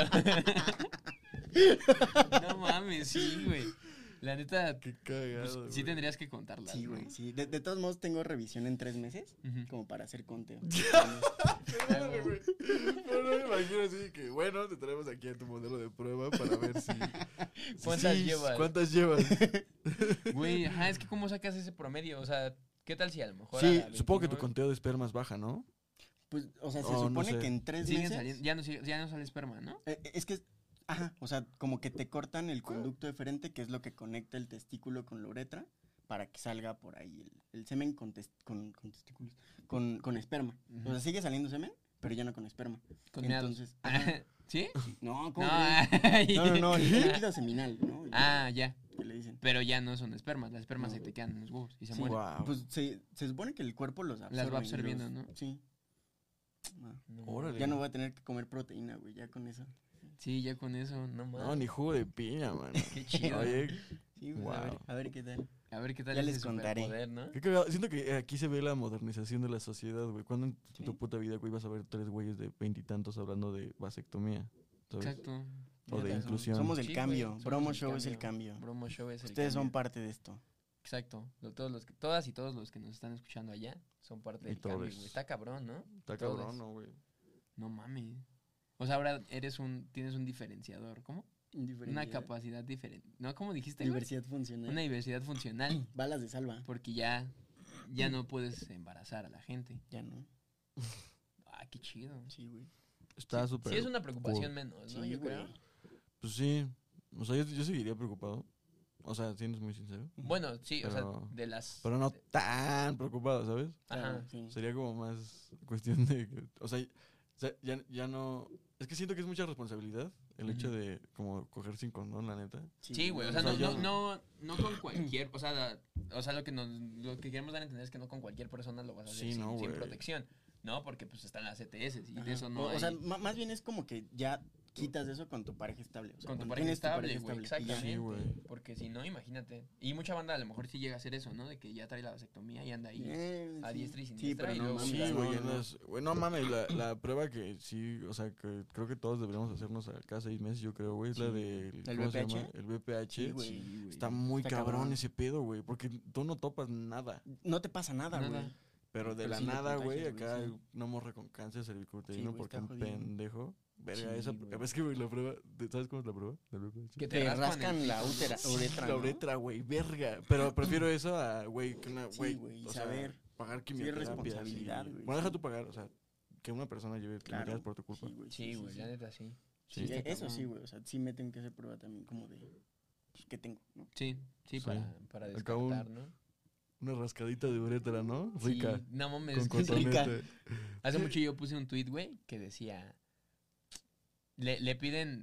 No mames, sí, güey. La neta, Qué pues, cagado, sí güey. tendrías que contarla. Sí, güey, sí. De todos modos, tengo revisión en 3 meses. Como para hacer conteo. Perdóname, güey. No me imagino así que, bueno, te traemos aquí a tu modelo de prueba para ver si... ¿Cuántas llevas? ¿Cuántas llevas? Güey, ajá, es que ¿cómo sacas ese promedio? O sea, ¿qué tal si a lo mejor Sí, a la supongo que tu 29 conteo de espermas baja, ¿no? Pues, o sea, se Oh, no supone sé. que en 3 siguen meses. saliendo, ya no sale esperma, ¿no? Es que. Ajá, o sea, como que te cortan el conducto deferente, que es lo que conecta el testículo con la uretra, para que salga por ahí el semen con testículos, con esperma. Ujú. O sea, sigue saliendo semen, pero ya no con esperma. Con meados. Entonces, ajá, ¿Sí? no, ¿cómo No, crees? No, el líquido seminal, ¿no? Ah, ya. Que le dicen. Pero ya no son espermas. Las espermas No. se te quedan en los huevos y se Sí, mueren. Wow. Pues se supone que el cuerpo los absorbe. va y absorbiendo, ¿no? Sí. Ah, No. Órale. ya no voy a tener que comer proteína, güey, ya con eso. Sí, ya con eso, no mames. No, ni jugo de piña, man. Qué chido. Oye, Sí, pues, Wow. a ver qué tal. A ver qué tal Ya ese les contaré. superpoder, ¿no? qué cagado. Siento que aquí se ve la modernización de la sociedad, güey. ¿Cuándo en Sí. tu puta vida, güey, ibas a ver 3 güeyes de 20 y tantos hablando de vasectomía? ¿Sabes? Exacto. O de Tienes razón. inclusión. Somos el Sí, cambio. güey, somos Bromo el Show es el cambio. Bromo Show es el Ustedes son cambio. parte de esto. Exacto. Todas y todos los que nos están escuchando allá son parte Y del cambio, todos. güey. Está cabrón, ¿no? Está Todos. cabrón, ¿no, güey? No mames. O sea, ahora tienes un diferenciador. ¿Cómo? Una capacidad diferente. ¿No? ¿Cómo dijiste, güey? Diversidad funcional. Una diversidad funcional. Balas de salva. Porque ya no puedes embarazar a la gente. Ya no. Ah, qué chido. Sí, güey. Está súper... Sí, es una preocupación cool. menos, ¿no? Sí, Yo güey. creo. Pues sí. O sea, yo seguiría preocupado. O sea, siendo muy sincero. Bueno, sí, o Pero- sea, de las... Pero no tan preocupado, ¿sabes? Claro, Ajá. sí. Sería como más cuestión de... O sea, ya no... Es que siento que es mucha responsabilidad el hecho Ujú. de como coger sin condón, la neta. Sí, güey, o sea, O sea, yo- no con cualquier, o sea, lo que queremos dar a entender es que no con cualquier persona lo vas a hacer Sí, sin, sin protección, ¿no? Porque pues están las ETS y Ajá. de eso no O sea, hay- más bien es como que ya quitas eso con tu pareja estable. O sea, Con tu cuando pareja tienes tu estable, güey, y ya. exactamente. Sí, güey. Porque si no, imagínate. Y mucha banda a lo mejor sí llega a hacer eso, ¿no? De que ya trae la vasectomía y anda ahí a Sí. diestra y Sí, siniestra. pero y no luego, mames, Sí, no, güey, no. güey, no mames, la prueba que sí, o sea, que creo que todos deberíamos hacernos cada 6 meses, yo creo, güey, es la Sí. del, ¿El ¿cómo se BPH? llama? El BPH. Sí, güey. Sí, güey. Está muy Está cabrón cabrón. ese pedo, güey, porque tú no topas nada. No te pasa nada, Nada. güey. Pero de Pero la sí lo nada, güey, contagias, acá güey, sí. una morra con cáncer cervicuterino Sí, güey, porque está un jodido. pendejo. Verga, Sí, esa. güey. Es que, güey, la prueba. ¿Sabes cómo es la prueba? Del VPH. Que Te rascan el la pito, uretra, La ¿no? uretra, güey, verga. Pero prefiero eso a, güey, que una, Sí, güey. güey, y o sea, saber. pagar Sí, quimioterapia. responsabilidad, así. güey, Bueno, deja sí. tú pagar, o sea, que una persona lleve quimioterapia por tu culpa. Sí, güey. Sí, güey, la neta sí. Sí, Sí, está eso cabrón. sí, güey. O sea, sí me tengo que hacer prueba también como de... Pues, ¿qué tengo, no? Sí, sí, Sí. para Acá un- descartar, ¿no? Una rascadita de uretra, ¿no? Rica. Sí, no mames, Con es que sí. rica. cotonete. Hace mucho yo puse un tweet, güey, que decía... Le piden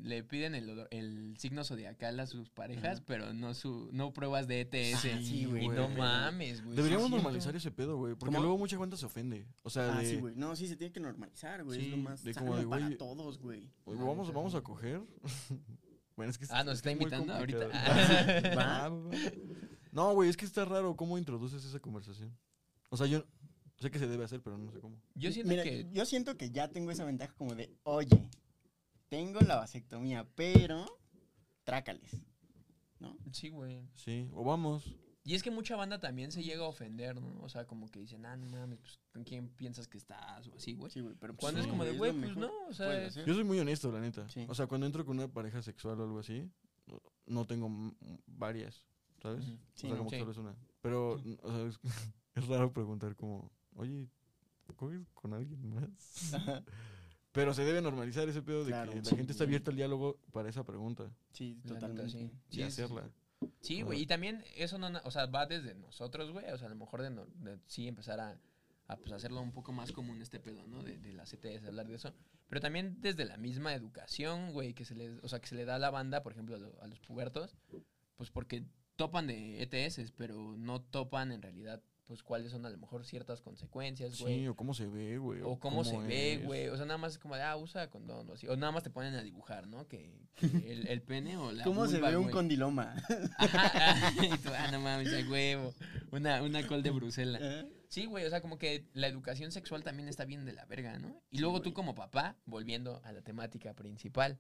el signo zodiacal a sus parejas, Ajá. pero no pruebas de ETS. Ah, sí, güey, Y güey. no mames, güey. Deberíamos sí es normalizar cierto. ese pedo, güey. Porque ¿Cómo? luego mucha gente se ofende. O sea, Ah, de. sí, güey. No, sí, se tiene que normalizar, güey. Sí, es lo más de sano como de, para güey, todos, güey. "Oye, vamos a coger. Bueno, es que Ah, ¿nos es que está es muy invitando ahorita? complicado. Va. Va. No, güey, es que está raro cómo introduces esa conversación. O sea, yo sé que se debe hacer, pero no sé cómo. Yo siento Mira, que... yo siento que ya tengo esa ventaja como de, oye, tengo la vasectomía, pero trácales, ¿no? Sí, güey. Sí, o vamos. Y es que mucha banda también se llega a ofender, ¿no? O sea, como que dicen, no mames, pues, ¿con quién piensas que estás? O así, güey. Sí, güey, pero pues, Cuando sí, es como de, es güey, lo pues mejor no, o que sea, puedes es- hacer. Yo soy muy honesto, la neta. Sí. O sea, cuando entro con una pareja sexual o algo así, no tengo varias, ¿sabes? Ujú. Sí, o sea, no. como que Sí. solo es una. Pero, o sea, es raro preguntar como, oye, ¿coges con alguien más? Ajá. Pero se debe normalizar ese pedo de Claro, que la sí, gente está güey. abierta al diálogo para esa pregunta Sí, La neta, totalmente. sí. y Sí, hacerla. Sí, güey, y también eso no, o sea, va desde nosotros, güey, o sea, a lo mejor de sí empezar a pues hacerlo un poco más común este pedo, ¿no? De las ETS, hablar de eso, pero también desde la misma educación, güey, que se le da a la banda, por ejemplo, a los pubertos, pues porque topan de ETS, pero no topan en realidad, pues cuáles son a lo mejor ciertas consecuencias, güey. Sí, o cómo se ve, güey. O cómo se ve, es. güey. O sea, nada más es como de, usa condón o así. O nada más te ponen a dibujar, ¿no? Que el pene o la ¿Cómo se vulva, ve un güey. condiloma? Ajá, y tú, no mames, a huevo. Una col de Bruselas. Sí, güey, o sea, como que la educación sexual también está bien de la verga, ¿no? Y Sí, luego güey. tú como papá, volviendo a la temática principal.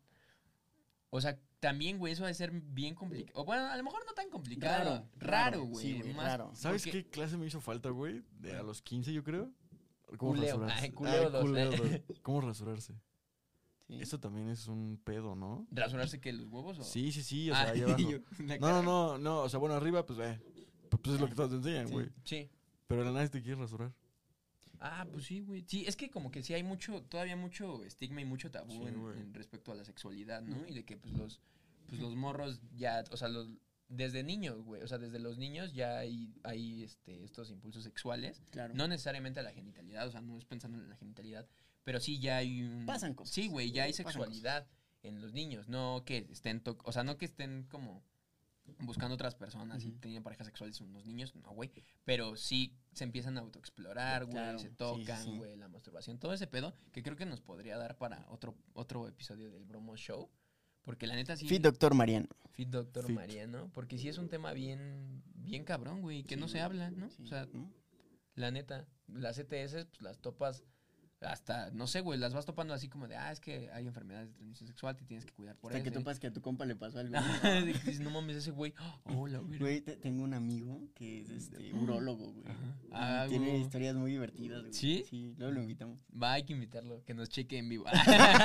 O sea, también, güey, eso ha de ser bien complicado. O bueno, a lo mejor no tan complicado. Raro, güey. Sí, güey, más raro. ¿Sabes porque- qué clase me hizo falta, güey? A los 15, yo creo. ¿Cómo Culeo. rasurarse? Ay, culeo dos. culeo dos. ¿Cómo rasurarse? Sí. Eso también es un pedo, ¿no? ¿Rasurarse que los huevos o...? Sí, o sea, ahí y abajo. yo, la No, cara. no, o sea, bueno, arriba, pues, pues es lo que todos te enseñan, Sí. güey. Sí. Pero la nadie te quiere rasurar. Ah, pues sí, güey. Sí, es que como que sí hay todavía mucho estigma y mucho tabú Sí, güey. en respecto a la sexualidad, ¿no? Y de que pues los morros ya, o sea, desde niños, güey, o sea, desde los niños ya hay estos impulsos sexuales, Claro. no necesariamente a la genitalidad, o sea, no es pensando en la genitalidad, pero sí ya hay un... Pasan cosas. Sí, güey, ya hay Pasan sexualidad en los niños, no que estén, o sea, no que estén como buscando otras personas y Ujú. teniendo parejas sexuales unos niños, no, güey. Pero sí se empiezan a autoexplorar, güey, Claro, se sí, tocan, sí, sí. güey, la masturbación, todo ese pedo, que creo que nos podría dar para otro episodio del Bromo Show. Porque la neta sí. Fit Doctor Mariano. Fit Doctor Fit. Mariano. Porque sí es un tema bien cabrón, güey, que Sí, no se güey. habla, ¿no? Sí, O sea, ¿no? la neta, las ETS, pues las topas hasta, no sé, güey, las vas topando así como de, es que hay enfermedades de transmisión sexual, te tienes que cuidar por Hasta eso. que topas que a tu compa le pasó algo. De que dices, no mames, ese güey, la verga. Güey, tengo un amigo que es urólogo, güey. Ajá. Y tiene güey. historias muy divertidas, güey. ¿Sí? Sí, luego lo invitamos. Va, hay que invitarlo, que nos cheque en vivo.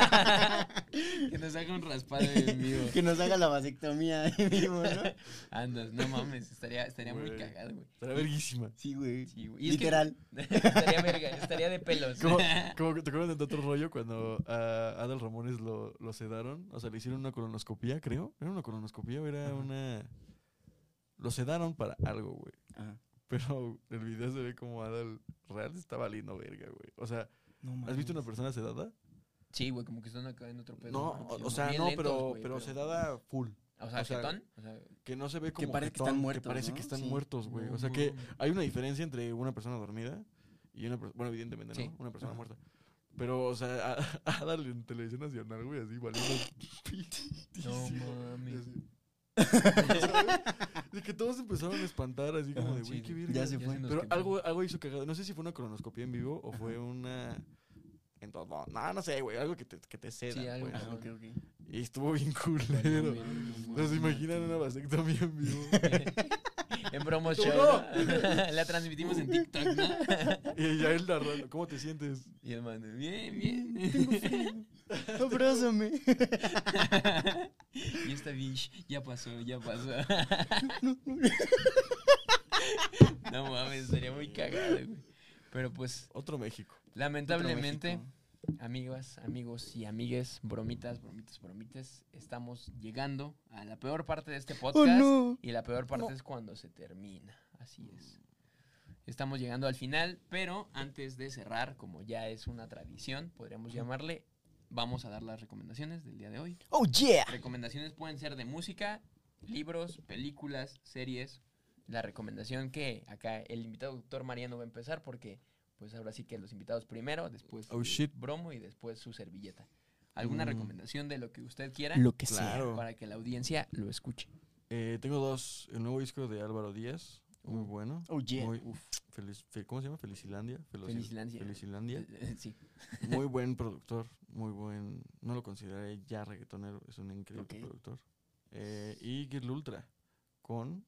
Que nos haga un raspado en vivo. Que nos haga la vasectomía en vivo, ¿no? Andas, no mames, estaría muy Güey. cagado, güey. Estará verguísima. Sí, güey. Sí, güey. Y es que- Literal. estaría verga, estaría de pelos. Como que te acuerdas de otro rollo cuando a Adal Ramones lo sedaron. O sea, le hicieron una colonoscopía, creo. ¿Era una colonoscopía o era Ajá. una...? Lo sedaron para algo, güey. Ajá. Pero el video se ve como Adal real está valiendo verga, güey. O sea, No ¿has visto una mames. persona sedada? Sí, güey, como que están acá en otro pedo. No, Sí, o sea, bien no, lentos, güey, pero sedada full. O sea, o sea, jetón. O sea, Que no se ve como parece que jetón, están muertos, parece ¿no? que están Sí. muertos, güey. No O sea que mames. hay una diferencia entre una persona dormida y una persona... Bueno, evidentemente, ¿no? Sí. Una persona Ajá. muerta. Pero, o sea, Adal en Televisión Nacional, güey, así, valiendo. No mames. De que todos empezaron a espantar, así como de, güey, qué virgen. Ya se fue. Pero algo hizo cagado. No sé si fue una colonoscopia en vivo o fue una... No sé, güey, algo que te ceda. Sí, algo. Pues. Ok. Y estuvo bien culero. ¿No se imaginan una vasectomía en vivo? En Bromo Show. ¡No! La transmitimos en TikTok, ¿no? Y ya él narrando, ¿cómo te sientes? Y el man, bien. Abrázame. Y esta bitch, ya pasó. No mames, sería muy cagado, güey. Pero pues, Otro México. lamentablemente, amigas, amigos y amigues, bromitas, estamos llegando a la peor parte de este podcast. no. Y la peor parte es cuando se termina. Así es. Estamos llegando al final, pero antes de cerrar, como ya es una tradición, podríamos llamarle, vamos a dar las recomendaciones del día de hoy. Oh, yeah. Recomendaciones pueden ser de música, libros, películas, series. La recomendación que acá el invitado doctor Mariano va a empezar porque pues ahora sí que los invitados primero, después Oh, shit. Bromo y después su servilleta. ¿Alguna recomendación de lo que usted quiera? Lo que Claro. Para que la audiencia lo escuche. Tengo dos. El nuevo disco de Álvaro Díaz, muy bueno. Oh, yeah. Muy, ¿cómo se llama? Felicilandia. Felicilandia. Sí. Muy buen productor, muy buen... No lo consideré ya reggaetonero, es un increíble productor. Y Girl Ultra, con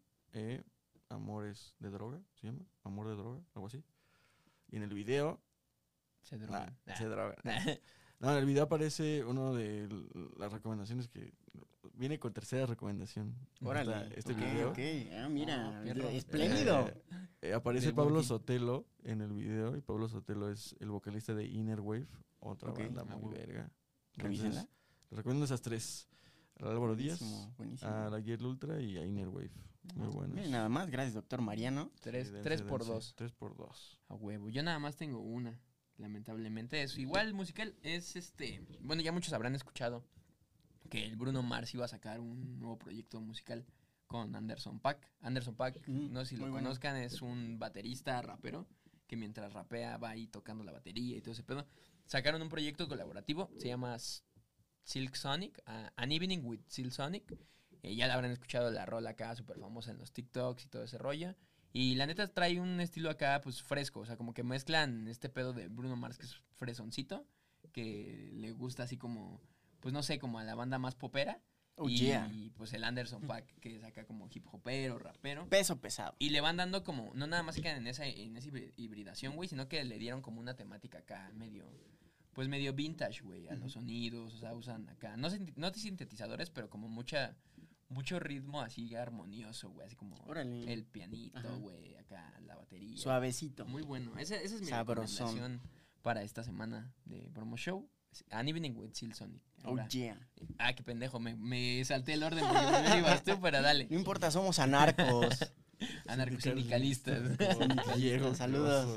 Amores de Droga, ¿se llama? Amor de Droga, algo así. Y en el video... Se drogan. se droga. No, en el video aparece uno de las recomendaciones que... Viene con tercera recomendación. Órale. Este Ok, video. ok. Ah, mira. perro. Espléndido. Aparece Del Pablo Wiki. Sotelo en el video. Y Pablo Sotelo es el vocalista de Inner Wave. Otra Ok. banda Ah, muy bueno. verga. Revísenla. Les recomiendo esas tres. A Álvaro Díaz, Buenísimo. a la Girl Ultra y a Inner Wave. Muy buenas. Miren, nada más. Gracias, doctor Mariano. Tres Dense. por dos. 3x2. A huevo. Yo nada más tengo una. Lamentablemente es igual musical. Es Bueno, ya muchos habrán escuchado que el Bruno Mars iba a sacar un nuevo proyecto musical con Anderson .Paak. Anderson .Paak, no sé si lo muy bueno. conozcan, es un baterista rapero que mientras rapea va ahí tocando la batería y todo ese pedo. Sacaron un proyecto colaborativo, se llama Silk Sonic, An Evening with Silk Sonic. Ya la habrán escuchado la rola acá, súper famosa en los TikToks y todo ese rollo. Y la neta trae un estilo acá, pues, fresco. O sea, como que mezclan este pedo de Bruno Mars, que es fresoncito, que le gusta así como, pues, no sé, como a la banda más popera. Oh, y, yeah. pues, el Anderson .Paak, que es acá como hip hopero, rapero. Peso pesado. Y le van dando como, no nada más se quedan en esa hibridación, güey, sino que le dieron como una temática acá medio vintage, güey, a los sonidos. O sea, usan acá, no sintetizadores, pero como mucho ritmo así armonioso, güey, así como Órale. el pianito, güey, acá la batería. Suavecito. Muy bueno. Esa es mi Sabrosón. recomendación para esta semana de Promo Show. An Evening with Silk Sonic. Oh, Ahora, yeah. qué pendejo, me salté el orden porque primero ibas tú, pero dale. No importa, somos anarcos. Anarcosindicalistas. Diego, Saludos.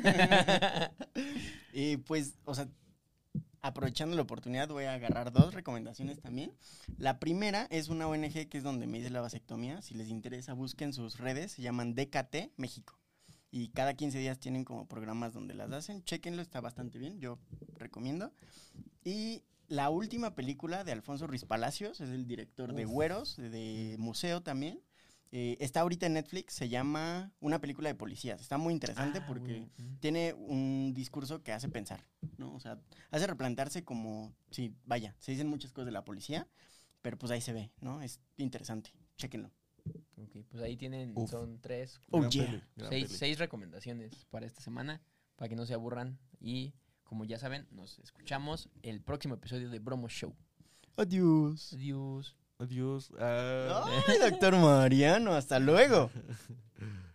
Y pues, o sea, aprovechando la oportunidad, voy a agarrar dos recomendaciones también. La primera es una ONG que es donde me hice la vasectomía. Si les interesa, busquen sus redes. Se llaman DKT México. Y cada 15 días tienen como programas donde las hacen. Chéquenlo, está bastante bien. Yo recomiendo. Y la última película de Alfonso Ruiz Palacios, es el director de Güeros, de Museo también. Está ahorita en Netflix, se llama Una película de policías. Está muy interesante porque tiene un discurso que hace pensar, ¿no? O sea, hace replantearse como, sí, vaya, se dicen muchas cosas de la policía, pero pues ahí se ve, ¿no? Es interesante, chéquenlo. Ok, pues ahí tienen, son 3, Oh, Gran yeah. peli, gran 6 peli. recomendaciones para esta semana, para que no se aburran. Y como ya saben, nos escuchamos el próximo episodio de Bromo Show. Adiós. Adiós. Adiós. Ay, doctor Mariano, hasta luego.